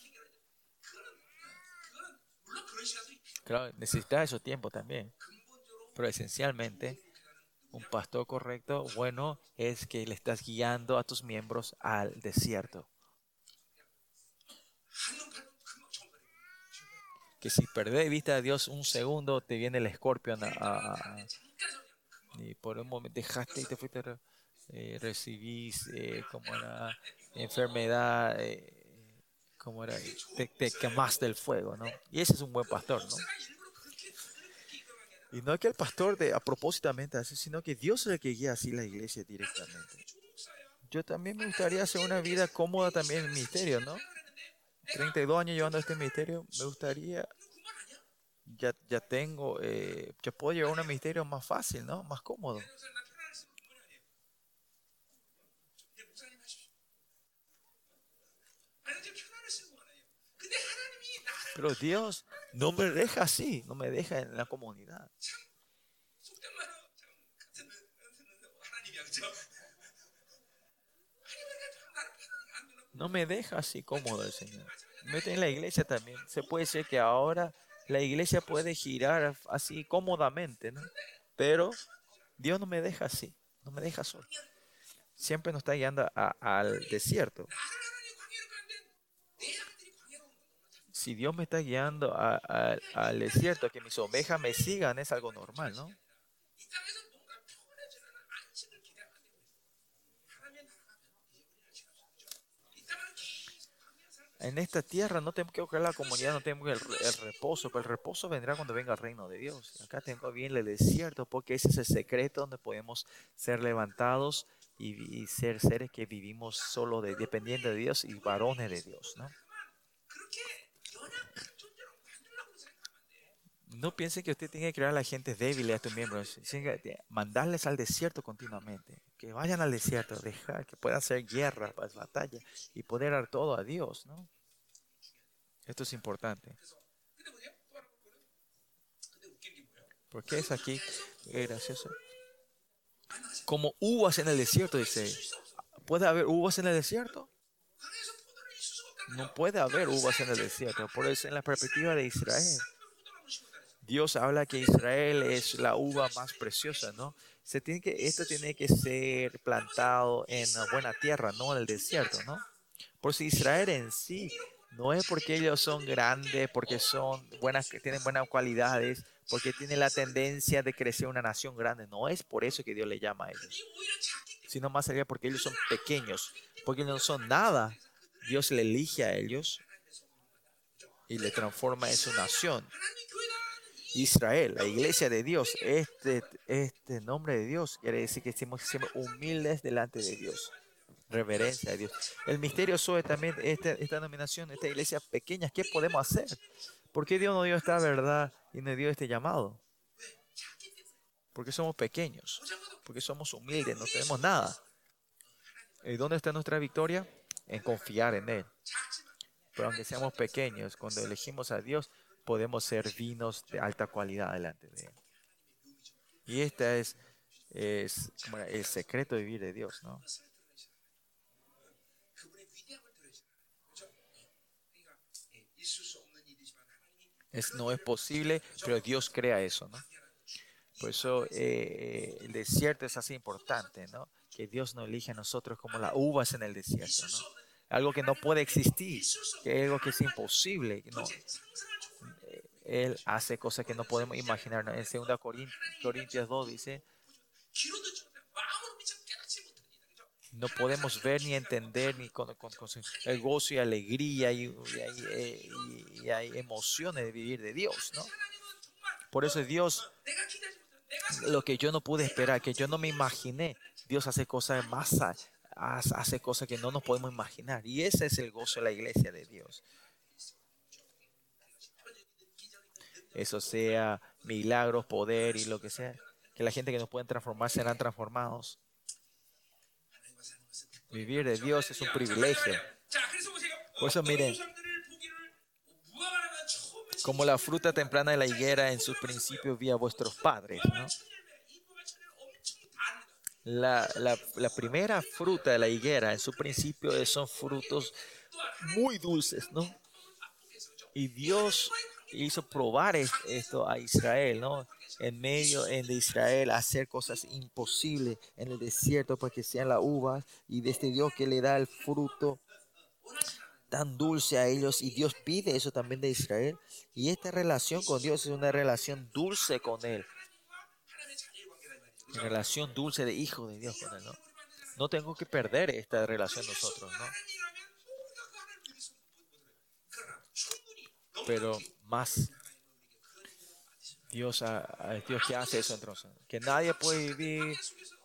Claro, necesita eso tiempo también. Pero esencialmente, un pastor correcto, bueno, es que le estás guiando a tus miembros al desierto. Que si perdés de vista a Dios un segundo, te viene el escorpión a, a- a- y por un momento dejaste y te fuiste, a eh, recibís eh, como era enfermedad, eh, como era, te, te quemaste del fuego, ¿no? Y ese es un buen pastor, ¿no? Y no es que el pastor de, a propósitamente hace, sino que Dios es el que guía así la iglesia directamente. Yo también me gustaría hacer una vida cómoda también en el ministerio, ¿no? treinta y dos años llevando este ministerio, me gustaría, ya, ya tengo, eh, ya puedo llevar un ministerio más fácil, ¿no? Más cómodo. Pero Dios no me deja así, no me deja en la comunidad. No me deja así cómodo el Señor. Mete en la iglesia también. Se puede decir que ahora la iglesia puede girar así cómodamente, ¿no? Pero Dios no me deja así, no me deja solo. Siempre nos está guiando a- al desierto. Si Dios me está guiando a- a- al desierto, a que mis ovejas me sigan, es algo normal, ¿no? En esta tierra no tenemos que buscar la comunidad, no tenemos el, el reposo, pero el reposo vendrá cuando venga el reino de Dios. Acá tengo bien el desierto, porque ese es el secreto donde podemos ser levantados y, y ser seres que vivimos solo de, dependiendo de Dios y varones de Dios, ¿no? No piensen que usted tiene que crear a la gente débil a tus miembros, tiene que mandarles al desierto continuamente, que vayan al desierto, dejar que puedan hacer guerra, pues, batalla y poder dar todo a Dios, ¿no? Esto es importante. ¿Por qué es aquí? Es gracioso. Como uvas en el desierto, dice. ¿Puede haber uvas en el desierto? No puede haber uvas en el desierto. Por eso, en la perspectiva de Israel, Dios habla que Israel es la uva más preciosa, ¿no? Se tiene que, esto tiene que ser plantado en una buena tierra, no en el desierto, ¿no? Por si Israel en sí no es porque ellos son grandes, porque son buenas, que tienen buenas cualidades, porque tienen la tendencia de crecer una nación grande. No es por eso que Dios le llama a ellos, sino más allá porque ellos son pequeños, porque no son nada. Dios le elige a ellos y le transforma en su nación. Israel, la iglesia de Dios, este, este nombre de Dios quiere decir que estemos siempre humildes delante de Dios. Reverencia a Dios. El misterio Zoe también, esta, esta denominación, esta iglesia pequeña, ¿qué podemos hacer? ¿Por qué Dios nos dio esta verdad y nos dio este llamado? Porque somos pequeños, porque somos humildes, no tenemos nada. ¿Y dónde está nuestra victoria? En confiar en Él. Pero aunque seamos pequeños, cuando elegimos a Dios, podemos ser vinos de alta cualidad delante de Él. Y este es, es como el secreto de vivir de Dios, ¿no? Es, no es posible, pero Dios crea eso, ¿no? Por eso eh, el desierto es así importante, ¿no? Que Dios nos elige a nosotros como las uvas en el desierto, ¿no? Algo que no puede existir, que es algo que es imposible, ¿no? Él hace cosas que no podemos imaginar, ¿no? En segunda Corintios dos dice, no podemos ver ni entender ni con, con- con el gozo y alegría y, y hay, eh, y- y hay emociones de vivir de Dios, ¿no? Por eso Dios, lo que yo no pude esperar, que yo no me imaginé, Dios hace cosas más, a- hace hace cosas que no nos podemos imaginar. Y ese es el gozo de la iglesia de Dios. Eso sea milagros, poder y lo que sea. Que la gente que nos pueden transformar serán transformados. Vivir de Dios es un privilegio. Por eso miren, como la fruta temprana de la higuera en sus principios vi a vuestros padres, ¿no? La, la- la primera fruta de la higuera en su principio es- son frutos muy dulces, ¿no? Y Dios hizo probar es- esto a Israel, ¿no? En medio en de Israel, hacer cosas imposibles en el desierto para que sean las uvas. Y de este Dios que le da el fruto tan dulce a ellos. Y Dios pide eso también de Israel. Y esta relación con Dios es una relación dulce con Él. Una relación dulce de hijo de Dios con Él, ¿no? No tengo que perder esta relación nosotros, ¿no? Pero más Dios, a- a- Dios que hace eso entonces. Que nadie puede vivir,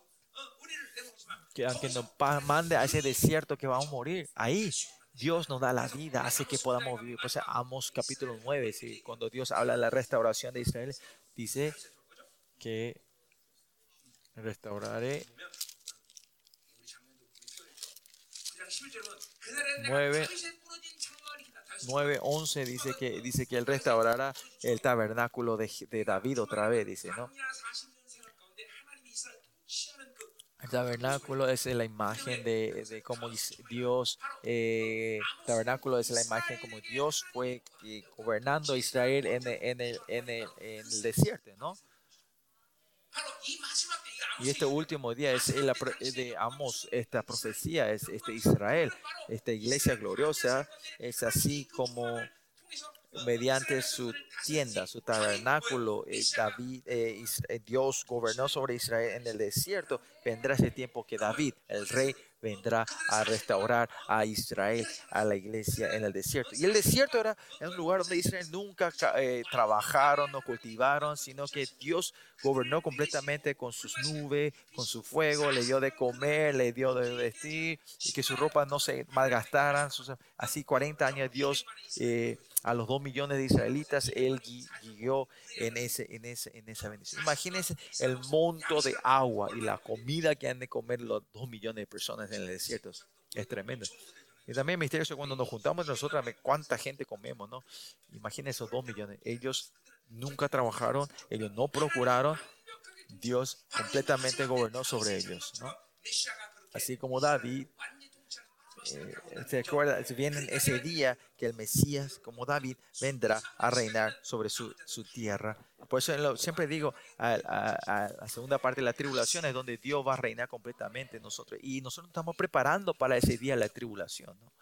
que aunque nos pa- mande a ese desierto que vamos a morir, ahí Dios nos da la vida, hace que podamos vivir. Pues Amos capítulo nueve, ¿sí? Cuando Dios habla de la restauración de Israel, dice que restauraré nueve, nueve once dice que, dice que Él restaurará el tabernáculo de, de David otra vez, dice, ¿no? El tabernáculo es la imagen de, de cómo is- Dios, eh, tabernáculo es la imagen como Dios fue eh, gobernando a Israel en el, en el, en el, en el desierto, ¿no? Y este último día es el apro- eh, de Amos, esta profecía es este Israel, esta iglesia gloriosa, es así como mediante su tienda, su tabernáculo, eh, David, eh, Is- eh, Dios gobernó sobre Israel en el desierto. Vendrá ese tiempo que David, el rey, vendrá a restaurar a Israel, a la iglesia en el desierto. Y el desierto era un lugar donde Israel nunca ca- eh, trabajaron, no cultivaron, sino que Dios gobernó completamente con sus nubes, con su fuego, le dio de comer, le dio de vestir, y que su ropa no se malgastaran. Sus- Así cuarenta años Dios eh, a los dos millones de israelitas, Él gui- guió en, ese, en, ese, en esa bendición. Imagínense el monto de agua y la comida que han de comer los dos millones de personas en el desierto. Es tremendo. Y también misterioso cuando nos juntamos nosotros, cuánta gente comemos, ¿no? Imagínense esos dos millones. Ellos nunca trabajaron, ellos no procuraron, Dios completamente gobernó sobre ellos, ¿no? Así como David, eh, se acuerda, se viene ese día que el Mesías, como David, vendrá a reinar sobre su, su tierra. Por eso lo- siempre digo, a, a- a la segunda parte de la tribulación es donde Dios va a reinar completamente en nosotros. Y nosotros estamos preparando para ese día la tribulación, ¿no?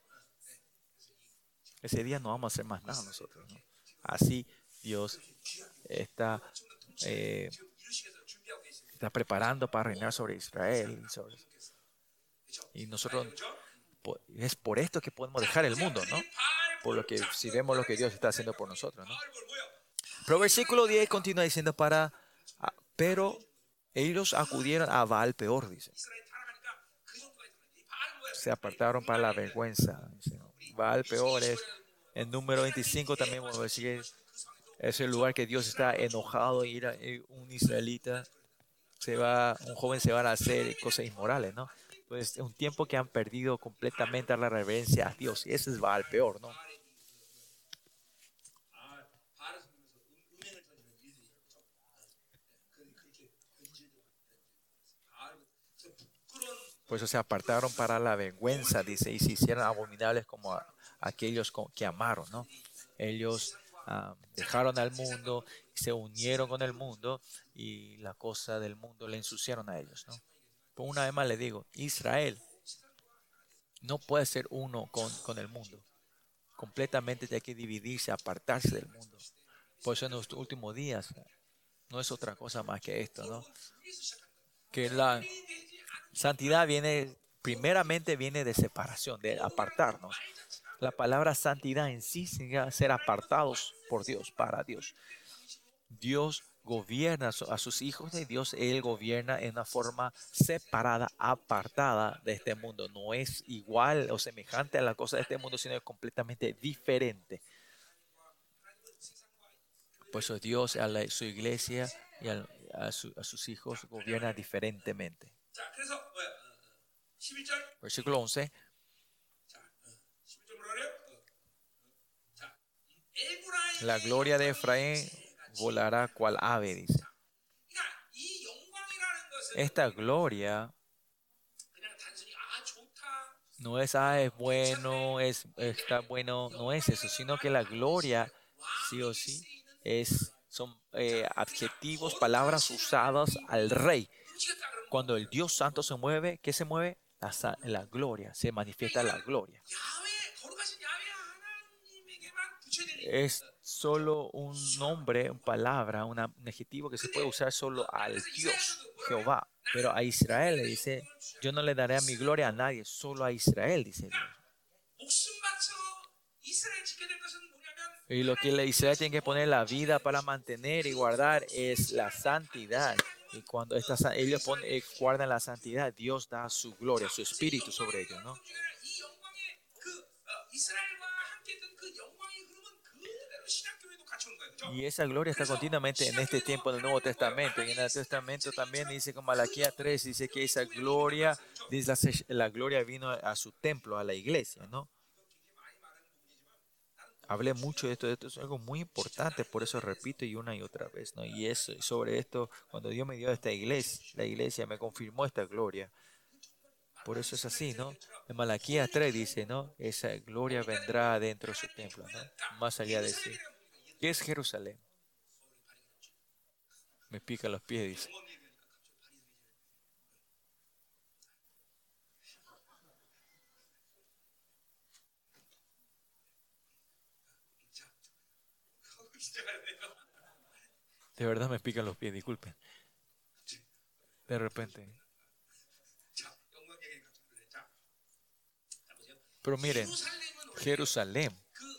Ese día no vamos a hacer más nada nosotros, ¿no? Así Dios está, eh, está preparando para reinar sobre Israel. Y, sobre- y nosotros, po- es por esto que podemos dejar el mundo, ¿no? Por lo que si vemos lo que Dios está haciendo por nosotros, ¿no? Pero versículo diez continúa diciendo para, ah, pero ellos acudieron a Baal peor, dice. Se apartaron para la vergüenza. Dice, ¿no? Baal peor es, en número veinticinco también vamos a decir, es el lugar que Dios está enojado, ir a, eh, un israelita se va, un joven se va a hacer cosas inmorales, ¿no? Pues es un tiempo que han perdido completamente la reverencia a Dios. Y ese es Baal peor, ¿no? Por eso se apartaron para la vergüenza, dice, y se hicieron abominables como a- aquellos co- que amaron, ¿no? Ellos ah, dejaron al mundo, se unieron con el mundo y la cosa del mundo le ensuciaron a ellos, ¿no? Pues una vez más le digo, Israel no puede ser uno con, con el mundo. Completamente hay que dividirse, apartarse del mundo. Por eso en los últimos días no es otra cosa más que esto, ¿no? Que la santidad viene, primeramente viene de separación, de apartarnos. La palabra santidad en sí significa ser apartados por Dios, para Dios. Dios gobierna a su- a sus hijos de Dios, Él gobierna en una forma separada, apartada de este mundo. No es igual o semejante a la cosa de este mundo, sino es completamente diferente. Por eso Dios a la- su iglesia y al- a, su- a sus hijos gobierna diferentemente. Versículo once. La gloria de Efraín volará cual ave, dice. Esta gloria no es, ah, es bueno, es, está bueno, no es eso, sino que la gloria, sí o sí, es, son eh, adjetivos, palabras usadas al rey. Cuando el Dios Santo se mueve, ¿qué se mueve? La, sa- la gloria, se manifiesta la gloria. Es solo un nombre, una palabra, una- un adjetivo que se puede usar solo al Dios, Jehová. Pero a Israel le dice, yo no le daré mi gloria a nadie, solo a Israel, dice Dios. Y lo que la Israel tiene que poner la vida para mantener y guardar es la santidad. Y cuando esta sa- ellos ponen, eh, guardan la santidad, Dios da su gloria, su espíritu sobre ellos, ¿no? Y esa gloria está continuamente en este tiempo en el Nuevo Testamento. Y en el Testamento también dice, como Malaquías tres, dice que esa gloria, dice la, la gloria vino a su templo, a la iglesia, ¿no? Hablé mucho de esto, esto es algo muy importante, por eso repito y una y otra vez, ¿no? Y eso, sobre esto, cuando Dios me dio esta iglesia, la iglesia me confirmó esta gloria. Por eso es así, ¿no? En Malaquías tres dice, ¿no? Esa gloria vendrá dentro de su templo, ¿no? Más allá de sí. ¿Qué es Jerusalén? Me pica los pies, dice. De verdad me pican los pies, disculpen. De repente. Pero miren, Jerusalén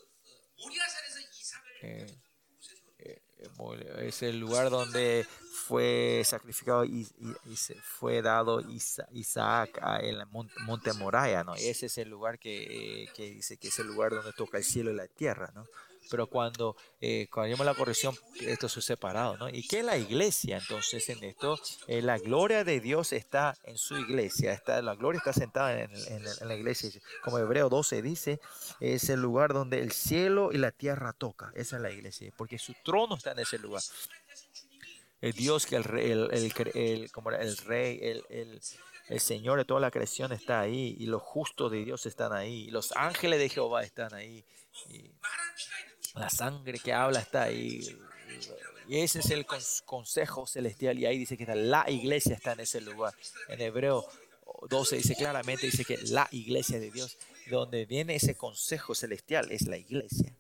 eh, eh, es el lugar donde fue sacrificado y, y- y se fue dado Isa- Isaac a- en el mon- monte Moriah, ¿no? Ese es el lugar que, que dice que es el lugar donde toca el cielo y la tierra, ¿no? Pero cuando, eh, cuando vemos la corrección, esto es separado, ¿no? ¿Y qué es la iglesia? Entonces, en esto, eh, la gloria de Dios está en su iglesia, está, la gloria está sentada en, en- en la iglesia. Como Hebreo doce dice, es el lugar donde el cielo y la tierra toca. Esa es la iglesia, porque su trono está en ese lugar. El Dios que el rey, el, el, cre- el- como era, el rey, el, el, el Señor de toda la creación está ahí, y los justos de Dios están ahí, y los ángeles de Jehová están ahí, y la sangre que habla está ahí. Y ese es el cons- consejo celestial, y ahí dice que está, la iglesia está en ese lugar. En Hebreo doce dice claramente, dice que la iglesia de Dios, donde viene ese consejo celestial, es la iglesia.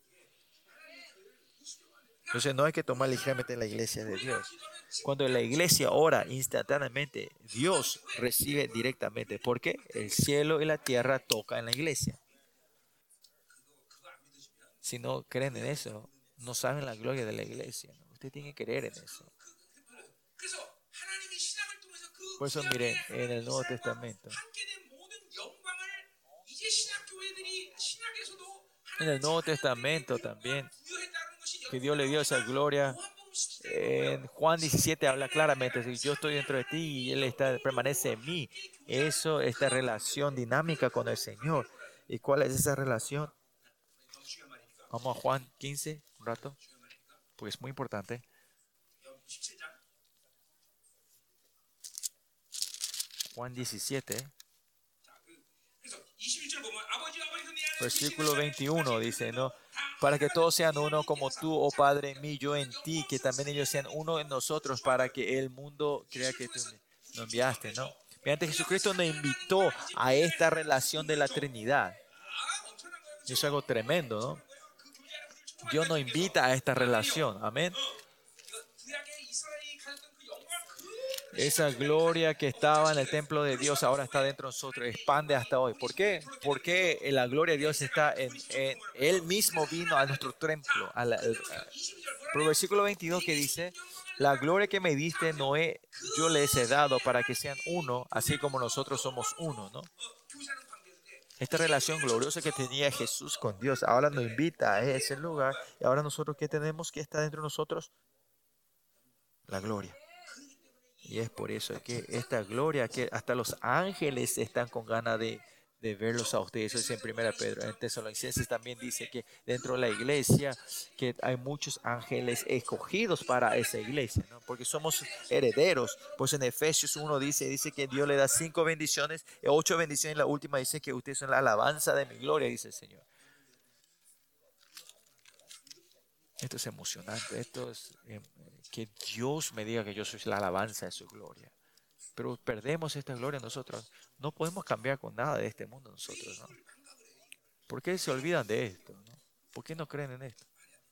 Entonces no hay que tomar ligeramente la iglesia de Dios. Cuando la iglesia ora instantáneamente, Dios recibe directamente, porque el cielo y la tierra tocan en la iglesia. Si no creen en eso, no saben la gloria de la iglesia, ¿no? Usted tiene que creer en eso. Por eso miren, en el Nuevo Testamento, en el Nuevo Testamento también, que Dios le dio esa gloria. En Juan diecisiete habla claramente, si yo estoy dentro de ti y Él está, permanece en mí. Eso, esta relación dinámica con el Señor. ¿Y cuál es esa relación? Vamos a Juan quince, un rato, pues es muy importante. Juan diecisiete, versículo veintiuno dice, ¿no? Para que todos sean uno como tú, oh Padre, en mí, yo en ti, que también ellos sean uno en nosotros, para que el mundo crea que tú nos enviaste, ¿no? Mediante Jesucristo nos invitó a esta relación de la Trinidad. Es algo tremendo, ¿no? Dios nos invita a esta relación. Amén. Esa gloria que estaba en el templo de Dios ahora está dentro de nosotros, expande hasta hoy. ¿Por qué? Porque la gloria de Dios está en, en Él mismo vino a nuestro templo. A la, el, a- pero el versículo veintidós que dice, la gloria que me diste no he, yo les he dado para que sean uno, así como nosotros somos uno, ¿no? Esta relación gloriosa que tenía Jesús con Dios ahora nos invita a ese lugar. Y ahora nosotros, ¿qué tenemos que está dentro de nosotros? La gloria. Y es por eso que esta gloria, que hasta los ángeles están con ganas de, de verlos a ustedes. Eso dice en primera Pedro. En Tesalonicenses también dice que dentro de la iglesia que hay muchos ángeles escogidos para esa iglesia, ¿no? Porque somos herederos. Pues en Efesios uno dice, dice que Dios le da cinco bendiciones, eh, ocho bendiciones, y la última dice que ustedes son la alabanza de mi gloria, dice el Señor. Esto es emocionante. Esto es eh, que Dios me diga que yo soy la alabanza de su gloria. Pero perdemos esta gloria nosotros. No podemos cambiar con nada de este mundo nosotros, ¿no? ¿Por qué se olvidan de esto, ¿no? ¿Por qué no creen en esto?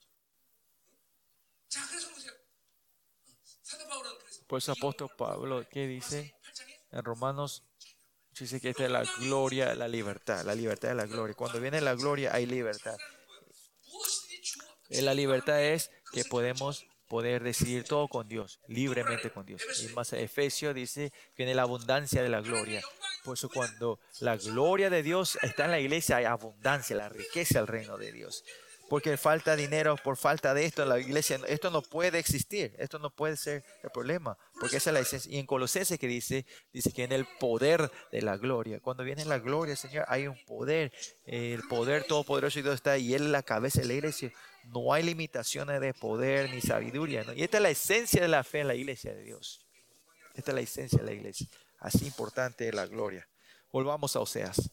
Por eso apóstol Pablo, ¿qué dice? En Romanos dice que esta es la gloria, la libertad, la libertad de la gloria. Cuando viene la gloria hay libertad. Eh, La libertad es que podemos poder decidir todo con Dios, libremente con Dios. Y más Efesios dice que en la abundancia de la gloria. Por eso cuando la gloria de Dios está en la iglesia hay abundancia, la riqueza del reino de Dios. Porque falta dinero, por falta de esto en la iglesia, esto no puede existir, esto no puede ser el problema, porque esa es la esencia. Y en Colosenses que dice, dice que en el poder de la gloria, cuando viene la gloria, Señor, hay un poder, eh, el poder todopoderoso de Dios está y Él es la cabeza de la iglesia. No hay limitaciones de poder ni sabiduría, ¿no? Y esta es la esencia de la fe en la iglesia de Dios. Esta es la esencia de la iglesia. Así importante es la gloria. Volvamos a Oseas.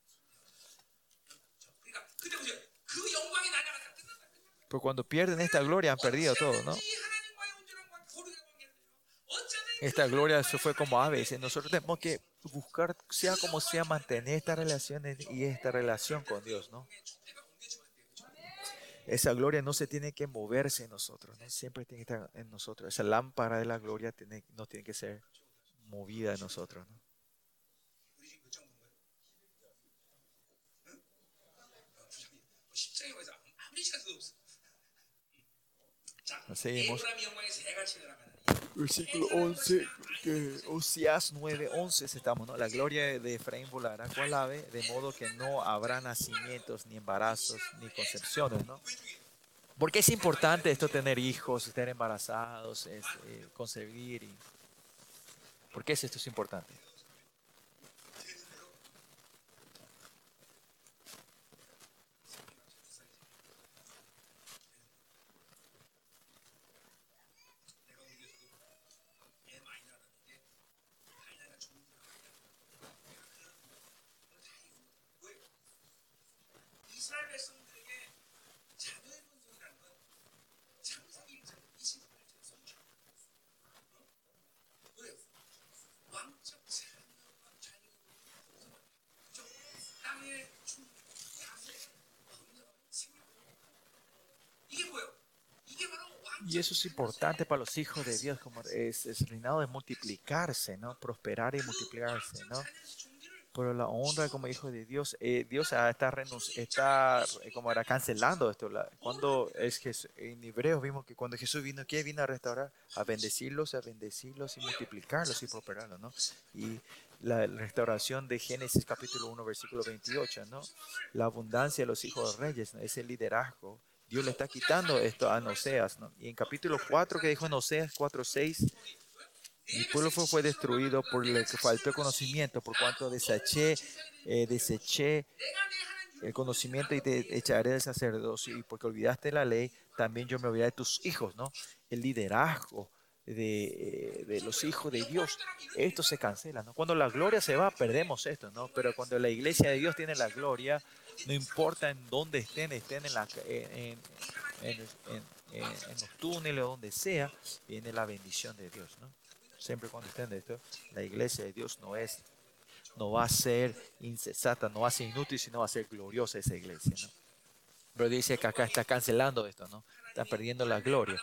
Pero cuando pierden esta gloria han perdido todo, ¿no? Esta gloria se fue como aves. Nosotros tenemos que buscar, sea como sea, mantener estas relaciones y esta relación con Dios, ¿no? Esa gloria no se tiene que moverse en nosotros, ¿no? Siempre tiene que estar en nosotros. Esa lámpara de la gloria tiene, no tiene que ser movida en nosotros, ¿no? Seguimos. Versículo once, que Oseas nueve once estamos, ¿no? La gloria de Efraín volará cual ave, de modo que no habrá nacimientos, ni embarazos, ni concepciones, ¿no? ¿Por qué es importante esto, tener hijos, estar embarazados, es, eh, concebir? Y, ¿por qué es esto es importante? Y eso es importante para los hijos de Dios, como es, es el reinado de multiplicarse, ¿no? Prosperar y multiplicarse, ¿no? Pero la honra como hijo de Dios, eh, Dios está, renunci- está eh, como era cancelando esto. La- cuando es que en Hebreos vimos que cuando Jesús vino, ¿qué vino a restaurar? A bendecirlos, a bendecirlos y multiplicarlos y prosperarlos, ¿no? Y la restauración de Génesis capítulo uno versículo veintiocho, ¿no? La abundancia de los hijos de reyes, ¿no? Ese liderazgo. Dios le está quitando esto a Oseas, ¿no? Y en capítulo cuatro que dijo en Oseas cuatro seis, mi pueblo fue, fue destruido por el que faltó conocimiento, por cuanto deseché, eh, deseché el conocimiento y te echaré del sacerdocio, y porque olvidaste la ley, también yo me olvidaré de tus hijos, ¿no? El liderazgo de, eh, de los hijos de Dios, esto se cancela, ¿no? Cuando la gloria se va, perdemos esto, ¿no? Pero cuando la iglesia de Dios tiene la gloria, no importa en dónde estén, estén en, la, en, en, en, en, en los túneles o donde sea, viene la bendición de Dios, ¿no? Siempre cuando estén de esto, la iglesia de Dios no es, no va a ser insensata, no va a ser inútil, sino va a ser gloriosa esa iglesia, ¿no? Pero dice que acá está cancelando esto, ¿no? Está perdiendo la gloria.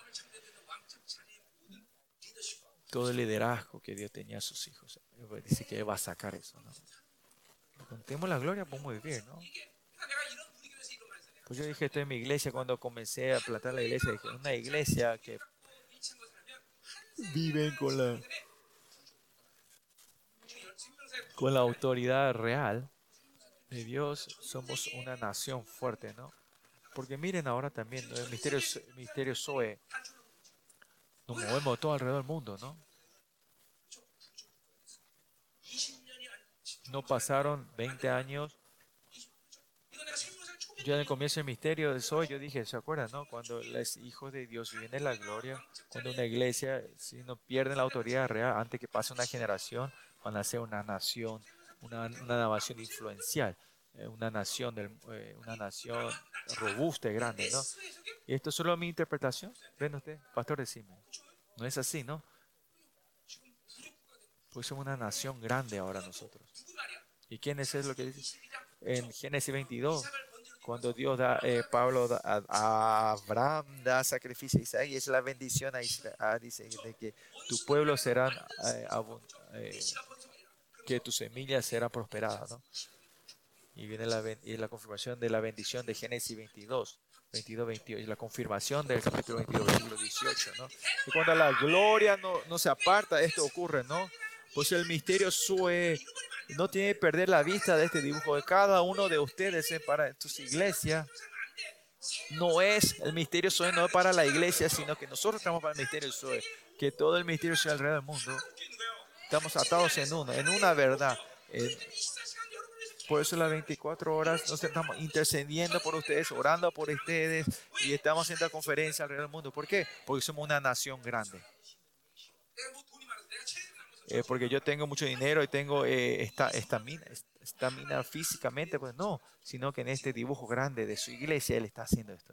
Todo el liderazgo que Dios tenía a sus hijos. Dice que Él va a sacar eso, ¿no? Cuando tenemos la gloria podemos vivir, ¿no? Pues yo dije esto en mi iglesia cuando comencé a plantar la iglesia. Dije, una iglesia que viven con la, con la autoridad real de Dios, somos una nación fuerte, ¿no? Porque miren ahora también, ¿no? El misterio, el misterio Zoe, nos movemos todo alrededor del mundo, ¿no? No pasaron veinte años. Yo en el comienzo del misterio de Zoe, yo dije, ¿se acuerdan, no? Cuando los hijos de Dios viven en la gloria, cuando una iglesia, si no pierden la autoridad real, antes que pase una generación, van a ser una nación, una, una nación influencial, eh, una nación, del, eh, una nación robusta y grande, ¿no? Y esto es solo mi interpretación. ¿Ven usted? Pastor, decime. No es así, ¿no? Pues somos una nación grande ahora nosotros. ¿Y quién es lo que dice? En Génesis veintidós, cuando Dios da, eh, Pablo da, a, a Abraham da sacrificio a Isaac, y es la bendición a Israel, ah, dice, de que tu pueblo será, eh, abun- eh, que tu semilla será prosperada, ¿no? Y viene la, ben- y la confirmación de la bendición de Génesis veintidós, veintidós, veintiocho, y la confirmación del capítulo veintidós, versículo dieciocho, ¿no? Y cuando la gloria no, no se aparta, esto ocurre, ¿no? Pues el misterio sube, no tiene que perder la vista de este dibujo de cada uno de ustedes, eh, para tus iglesias. No es el misterio Zoe, no es para la iglesia, sino que nosotros estamos para el misterio Zoe, que todo el misterio sea alrededor del mundo. Estamos atados en uno, en una verdad. En, por eso las veinticuatro horas nos estamos intercediendo por ustedes, orando por ustedes, y estamos haciendo conferencias alrededor del mundo. ¿Por qué? Porque somos una nación grande. Eh, porque yo tengo mucho dinero y tengo eh, esta estamina, estamina físicamente, pues no, sino que en este dibujo grande de su iglesia Él está haciendo esto.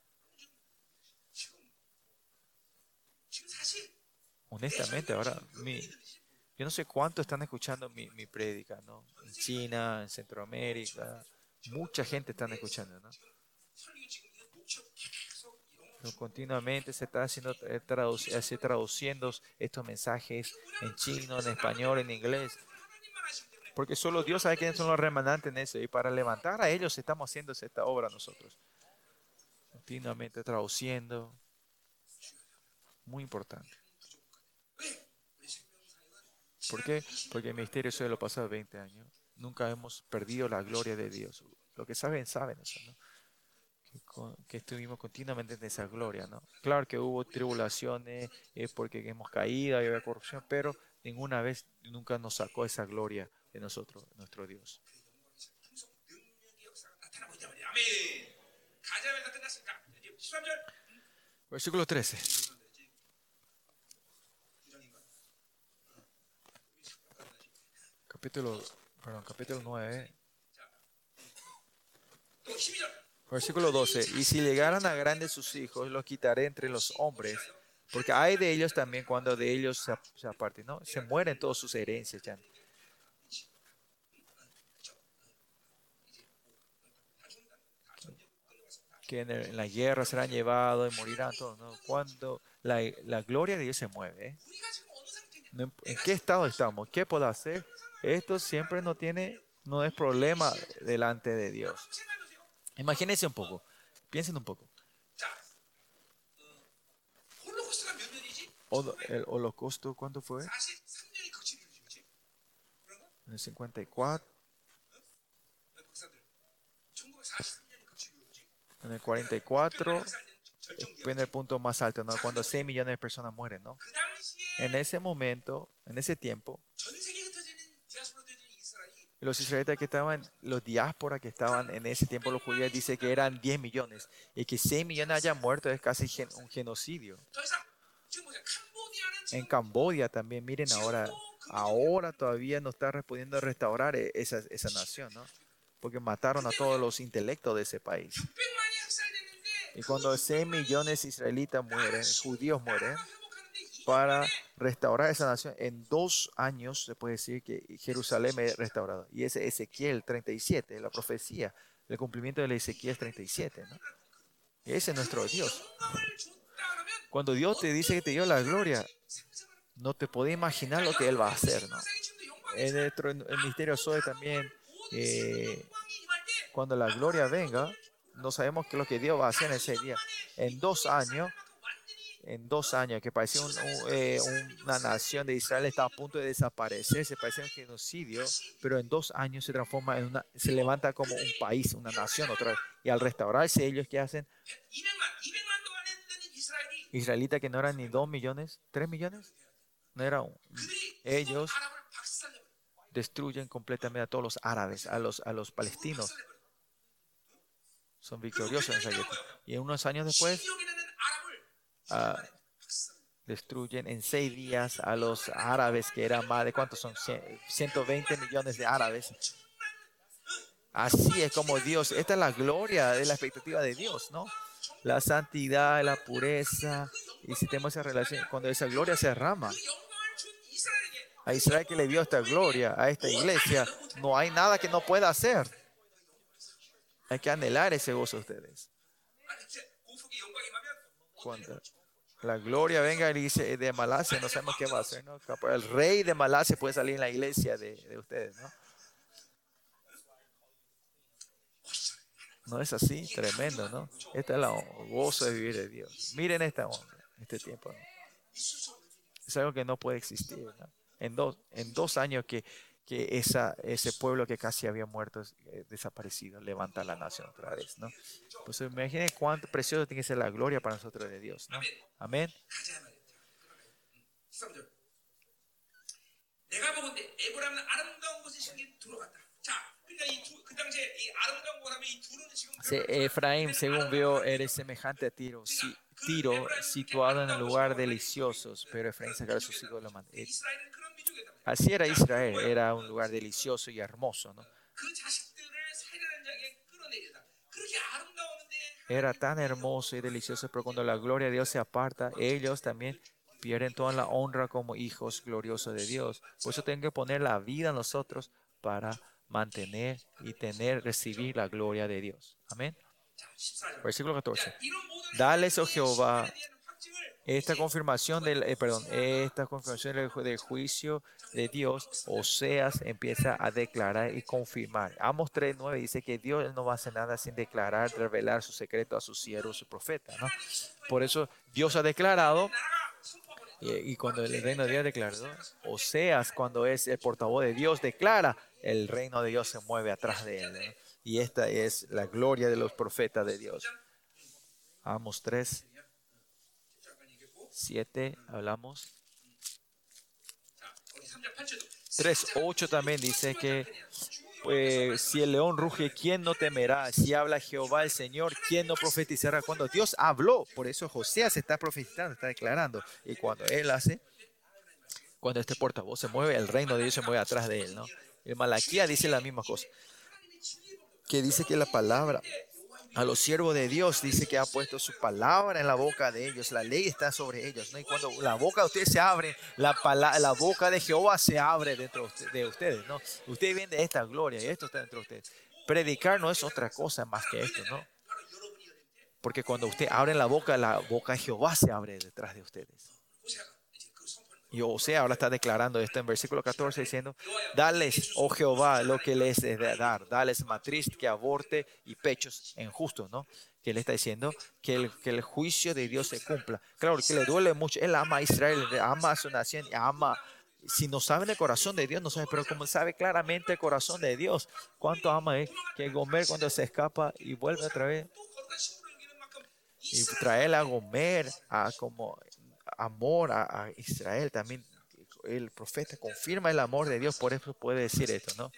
Honestamente, ahora, mi, yo no sé cuánto están escuchando mi, mi prédica, ¿no? En China, en Centroamérica, mucha gente están escuchando, ¿no? Pero continuamente se está haciendo, eh, traduc- así traduciendo estos mensajes en chino, en español, en inglés. Porque solo Dios sabe quiénes son los remanentes en eso. Y para levantar a ellos estamos haciendo esta obra nosotros. Continuamente traduciendo. Muy importante. ¿Por qué? Porque el ministerio de los pasados veinte años nunca hemos perdido la gloria de Dios. Lo que saben, saben eso, ¿no? Que, con- que estuvimos continuamente en esa gloria, ¿no? Claro que hubo tribulaciones, eh, porque hemos caído, había corrupción, pero ninguna vez, nunca nos sacó esa gloria de nosotros, nuestro Dios. Versículo trece. Capítulo, perdón, capítulo nueve. Versículo doce. Y si llegaran a grandes sus hijos, los quitaré entre los hombres. Porque hay de ellos también cuando de ellos se, se aparten, ¿no? Se mueren todas sus herencias ya. Que en, el- en la guerra serán llevados y morirán todos, ¿no? Cuando la, la gloria de Dios se mueve, ¿eh? No, ¿en qué estado estamos? ¿Qué puedo hacer? Esto siempre no tiene, no es problema delante de Dios. Imagínense un poco, piensen un poco. O- el holocausto, ¿cuánto fue? En el cincuenta y cuatro, en el cuarenta y cuatro, en el punto más alto, ¿no? Cuando seis millones de personas mueren, ¿no? En ese momento, en ese tiempo, los israelitas que estaban, los diásporas que estaban en ese tiempo, los judíos, dice que eran diez millones. Y que seis millones hayan muerto es casi gen- un genocidio. En Camboya también, miren ahora, ahora todavía no está respondiendo a restaurar e- esa, esa nación, ¿no? Porque mataron a todos los intelectos de ese país. Y cuando seis millones de israelitas mueren, judíos mueren, para restaurar esa nación, en dos años se puede decir que Jerusalén es restaurado. Y ese Ezequiel treinta y siete, la profecía el cumplimiento de la Ezequiel treinta y siete, ¿no? Ese es nuestro Dios. Cuando Dios te dice que te dio la gloria, no te podés imaginar lo que Él va a hacer, ¿no? En el, el misterio Zoe también, eh, cuando la gloria venga, no sabemos qué es lo que Dios va a hacer en ese día. En dos años, en dos años, que parecía un, un, eh, una nación de Israel está a punto de desaparecer, se parecía un genocidio, pero en dos años se transforma en una, se levanta como un país, una nación otra vez. Y al restaurarse ellos, ¿qué hacen? Israelitas que no eran ni dos millones, tres millones, no era un. Ellos destruyen completamente a todos los árabes, a los, a los palestinos. Son victoriosos en esa guerra. Y unos años después, uh, destruyen en seis días a los árabes, que eran más de, ¿cuántos son? ciento veinte millones de árabes. Así es como Dios, esta es la gloria de la expectativa de Dios, ¿no? La santidad, la pureza, y si tenemos esa relación, cuando esa gloria se derrama, a Israel que le dio esta gloria, a esta iglesia, no hay nada que no pueda hacer. Hay que anhelar ese gozo a ustedes. Cuando la gloria venga y dice de Malasia, no sabemos qué va a hacer, ¿no? El rey de Malasia puede salir en la iglesia de, de ustedes, ¿no? No es así, tremendo, ¿no? Este es el gozo de vivir de Dios. Miren esta onda, este tiempo, ¿no? Es algo que no puede existir, ¿no? En dos, en dos años que, que esa, ese pueblo que casi había muerto, eh, desaparecido, levanta la nación otra vez, ¿no? Pues imaginen cuánto precioso tiene que ser la gloria para nosotros de Dios, ¿no? Amén. Sí, Efraín, según veo, eres semejante a Tiro, sí, Tiro situado en el lugar deliciosos, pero Efraín sacará a sus hijos de la mano. Así era Israel, era un lugar delicioso y hermoso, ¿no? Era tan hermoso y delicioso, pero cuando la gloria de Dios se aparta, ellos también pierden toda la honra como hijos gloriosos de Dios. Por eso tengo que poner la vida en nosotros para mantener y tener, recibir la gloria de Dios. Amén. Versículo catorce. Dales, oh Jehová, esta confirmación del, eh, perdón, esta confirmación del, del juicio de Dios, Oseas empieza a declarar y confirmar. Amos tres nueve dice que Dios no va a hacer nada sin declarar, revelar su secreto a sus siervos, su profeta, ¿no? Por eso Dios ha declarado, y, y cuando el reino de Dios declaró, Oseas, cuando es el portavoz de Dios, declara, el reino de Dios se mueve atrás de él, ¿no? Y esta es la gloria de los profetas de Dios. Amos tres siete, hablamos. tres ocho también dice que pues, si el león ruge, ¿quién no temerá? Si habla Jehová el Señor, ¿quién no profetizará? Cuando Dios habló, por eso José se está profetizando, está declarando. Y cuando él hace, cuando este portavoz se mueve, el reino de Dios se mueve atrás de él, ¿no? El Malaquías dice la misma cosa, que dice que la palabra a los siervos de Dios dice que ha puesto su palabra en la boca de ellos, la ley está sobre ellos, ¿no? Y cuando la boca de ustedes se abre, la, pala- la boca de Jehová se abre dentro de ustedes, ¿no? Ustedes vienen de esta gloria y esto está dentro de ustedes. Predicar no es otra cosa más que esto, ¿no? Porque cuando usted abre la boca, la boca de Jehová se abre detrás de ustedes. Y Osea ahora está declarando esto en versículo catorce diciendo, dales, oh Jehová, lo que les es de dar, dales matriz que aborte y pechos injustos, ¿no? Que él está diciendo que el, que el juicio de Dios se cumpla. Claro, que le duele mucho, él ama a Israel, ama a su nación, ama. Si no saben el corazón de Dios, no sabe, pero como sabe claramente el corazón de Dios, cuánto ama él, que Gomer cuando se escapa y vuelve otra vez y trae a Gomer a como amor a, a Israel también. El profeta confirma el amor de Dios, por eso puede decir esto, ¿no?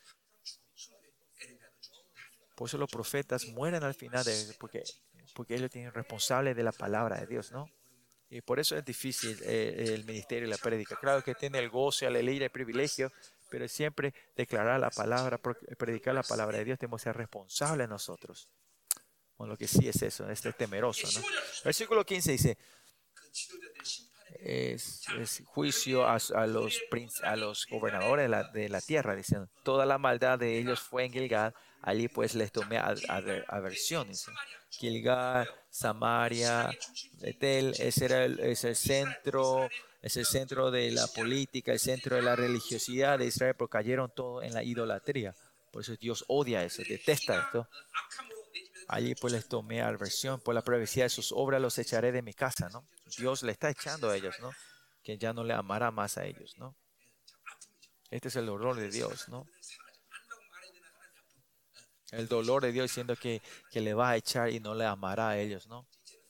Por eso los profetas mueren al final, de, porque, porque ellos tienen responsable de la palabra de Dios, ¿no? Y por eso es difícil eh, el ministerio y la prédica. Claro que tiene el gozo, la alegría, el privilegio, pero siempre declarar la palabra, predicar la palabra de Dios, tenemos que ser responsables nosotros. Bueno, lo que sí es eso, este es temeroso, ¿no? Versículo quince dice, es, es juicio a, a los, princ- a los gobernadores de la, de la tierra, diciendo, toda la maldad de ellos fue en Gilgal, allí pues les tomé a- aver- aversión. Dice. Gilgal, Samaria, Betel, ese era el, es el centro, es el centro de la política, el centro de la religiosidad de Israel, porque cayeron todo en la idolatría. Por eso Dios odia eso, detesta esto. Allí pues les tomé aversión, por la previsión de sus obras los echaré de mi casa, ¿no? Dios le está echando a ellos, ¿no? Que ya no le amará más a ellos, ¿no? Este es el dolor de Dios, ¿no? El dolor de Dios diciendo que, que le va a echar y no le amará a ellos, ¿no?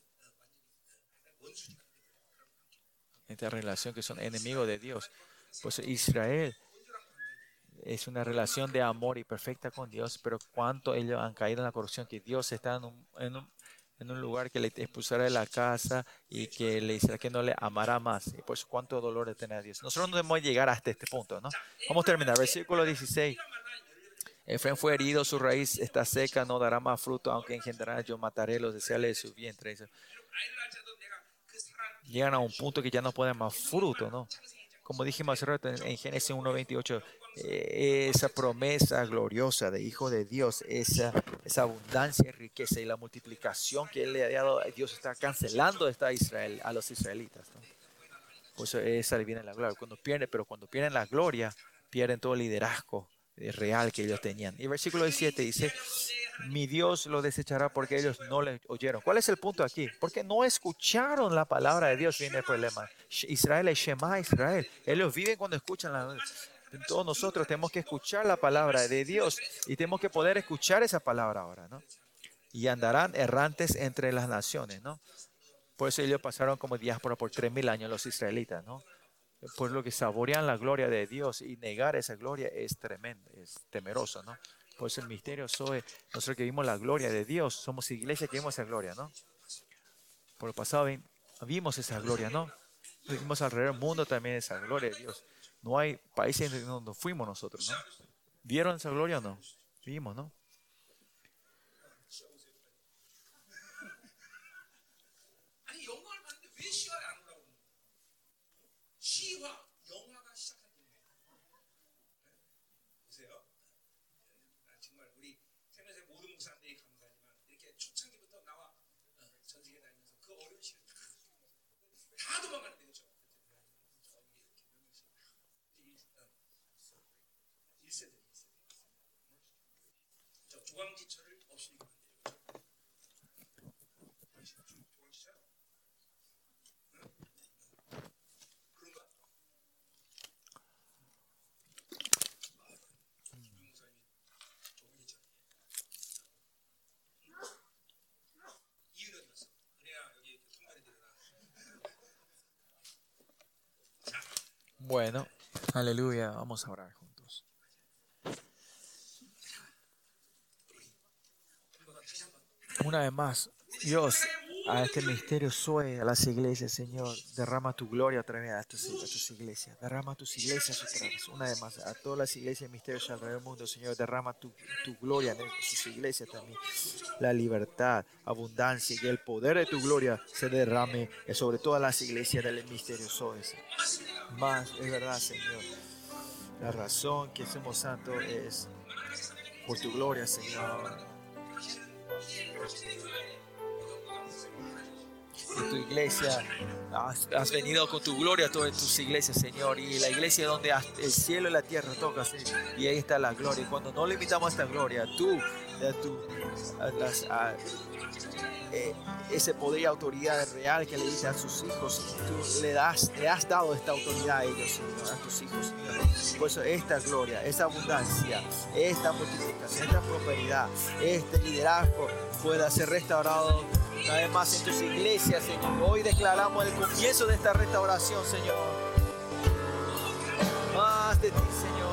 Esta relación que son enemigos de Dios. Pues Israel es una relación de amor y perfecta con Dios, pero cuánto ellos han caído en la corrupción, que Dios está en un, en un, en un lugar que le expulsará de la casa y que le dirá que no le amará más. Y pues cuánto dolor de tener a Dios. Nosotros no debemos llegar hasta este punto, ¿no? Vamos a terminar. Versículo dieciséis. Efraín fue herido, su raíz está seca, no dará más fruto, aunque engendrará, yo mataré los deseales de su vientre. Eso. Llegan a un punto que ya no pueden más fruto, ¿no? Como dijimos hace rato en, en Génesis uno veintiocho, eh, esa promesa gloriosa de Hijo de Dios, esa, esa abundancia y riqueza y la multiplicación que Él le ha dado, Dios está cancelando esta a Israel, a los israelitas, ¿no? Por eso esa le viene la gloria. Cuando pierden, pero cuando pierden la gloria, pierden todo el liderazgo real que ellos tenían. Y versículo diecisiete dice, mi Dios lo desechará porque ellos no le oyeron. ¿Cuál es el punto aquí? Porque no escucharon la palabra de Dios, viene el problema. Israel es Shema Israel. Ellos viven cuando escuchan la... Todos nosotros tenemos que escuchar la palabra de Dios y tenemos que poder escuchar esa palabra ahora, ¿no? Y andarán errantes entre las naciones, ¿no? Por eso ellos pasaron como diáspora por tres mil años los israelitas, ¿no? Por lo que saborean la gloria de Dios y negar esa gloria es tremendo, es temeroso, ¿no? Por eso el misterio soy, nosotros que vimos la gloria de Dios, somos iglesia que vimos esa gloria, ¿no? Por el pasado vimos esa gloria, ¿no? Vimos alrededor del mundo también esa gloria de Dios. No hay países en donde fuimos nosotros, ¿no? ¿Vieron esa gloria o no? Vimos, ¿no? Bueno, aleluya, vamos a orar juntos. Una vez más, Dios, a este misterio soy, a las iglesias, Señor, derrama tu gloria a través de tus, a tus iglesias, derrama tus iglesias otra vez, una vez más, a todas las iglesias y misterios alrededor del mundo, Señor, derrama tu, tu gloria en sus iglesias también, la libertad, abundancia y el poder de tu gloria se derrame sobre todas las iglesias del misterio soy. Más, es verdad, Señor, la razón que somos santos es por tu gloria, Señor. En tu iglesia has, has venido con tu gloria a todas tus iglesias, Señor, y la iglesia donde el cielo y la tierra tocan, y ahí está la gloria. Y cuando no limitamos esta gloria, tú, a tu, a las, a, eh, ese poder y autoridad real que le diste a sus hijos, tú le, das, le has dado esta autoridad a ellos, Señor, a tus hijos, Señor. Por eso esta gloria, esta abundancia, esta multiplicación, esta prosperidad, este liderazgo pueda ser restaurado una vez más en tus iglesias, Señor. Hoy declaramos el comienzo de esta restauración, Señor. Más de ti, Señor.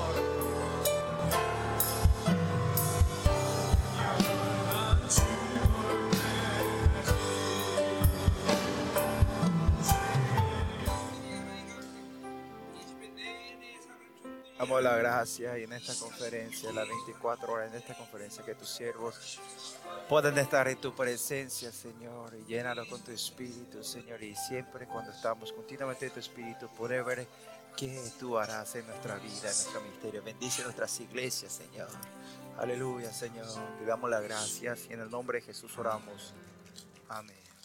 Damos la gracia y en esta conferencia, las veinticuatro horas en esta conferencia, que tus siervos puedan estar en tu presencia, Señor, y llénalos con tu espíritu, Señor, y siempre cuando estamos continuamente en tu espíritu, poder ver qué tú harás en nuestra vida, en nuestro ministerio. Bendice nuestras iglesias, Señor. Aleluya, Señor. Te damos las gracias y en el nombre de Jesús oramos. Amén.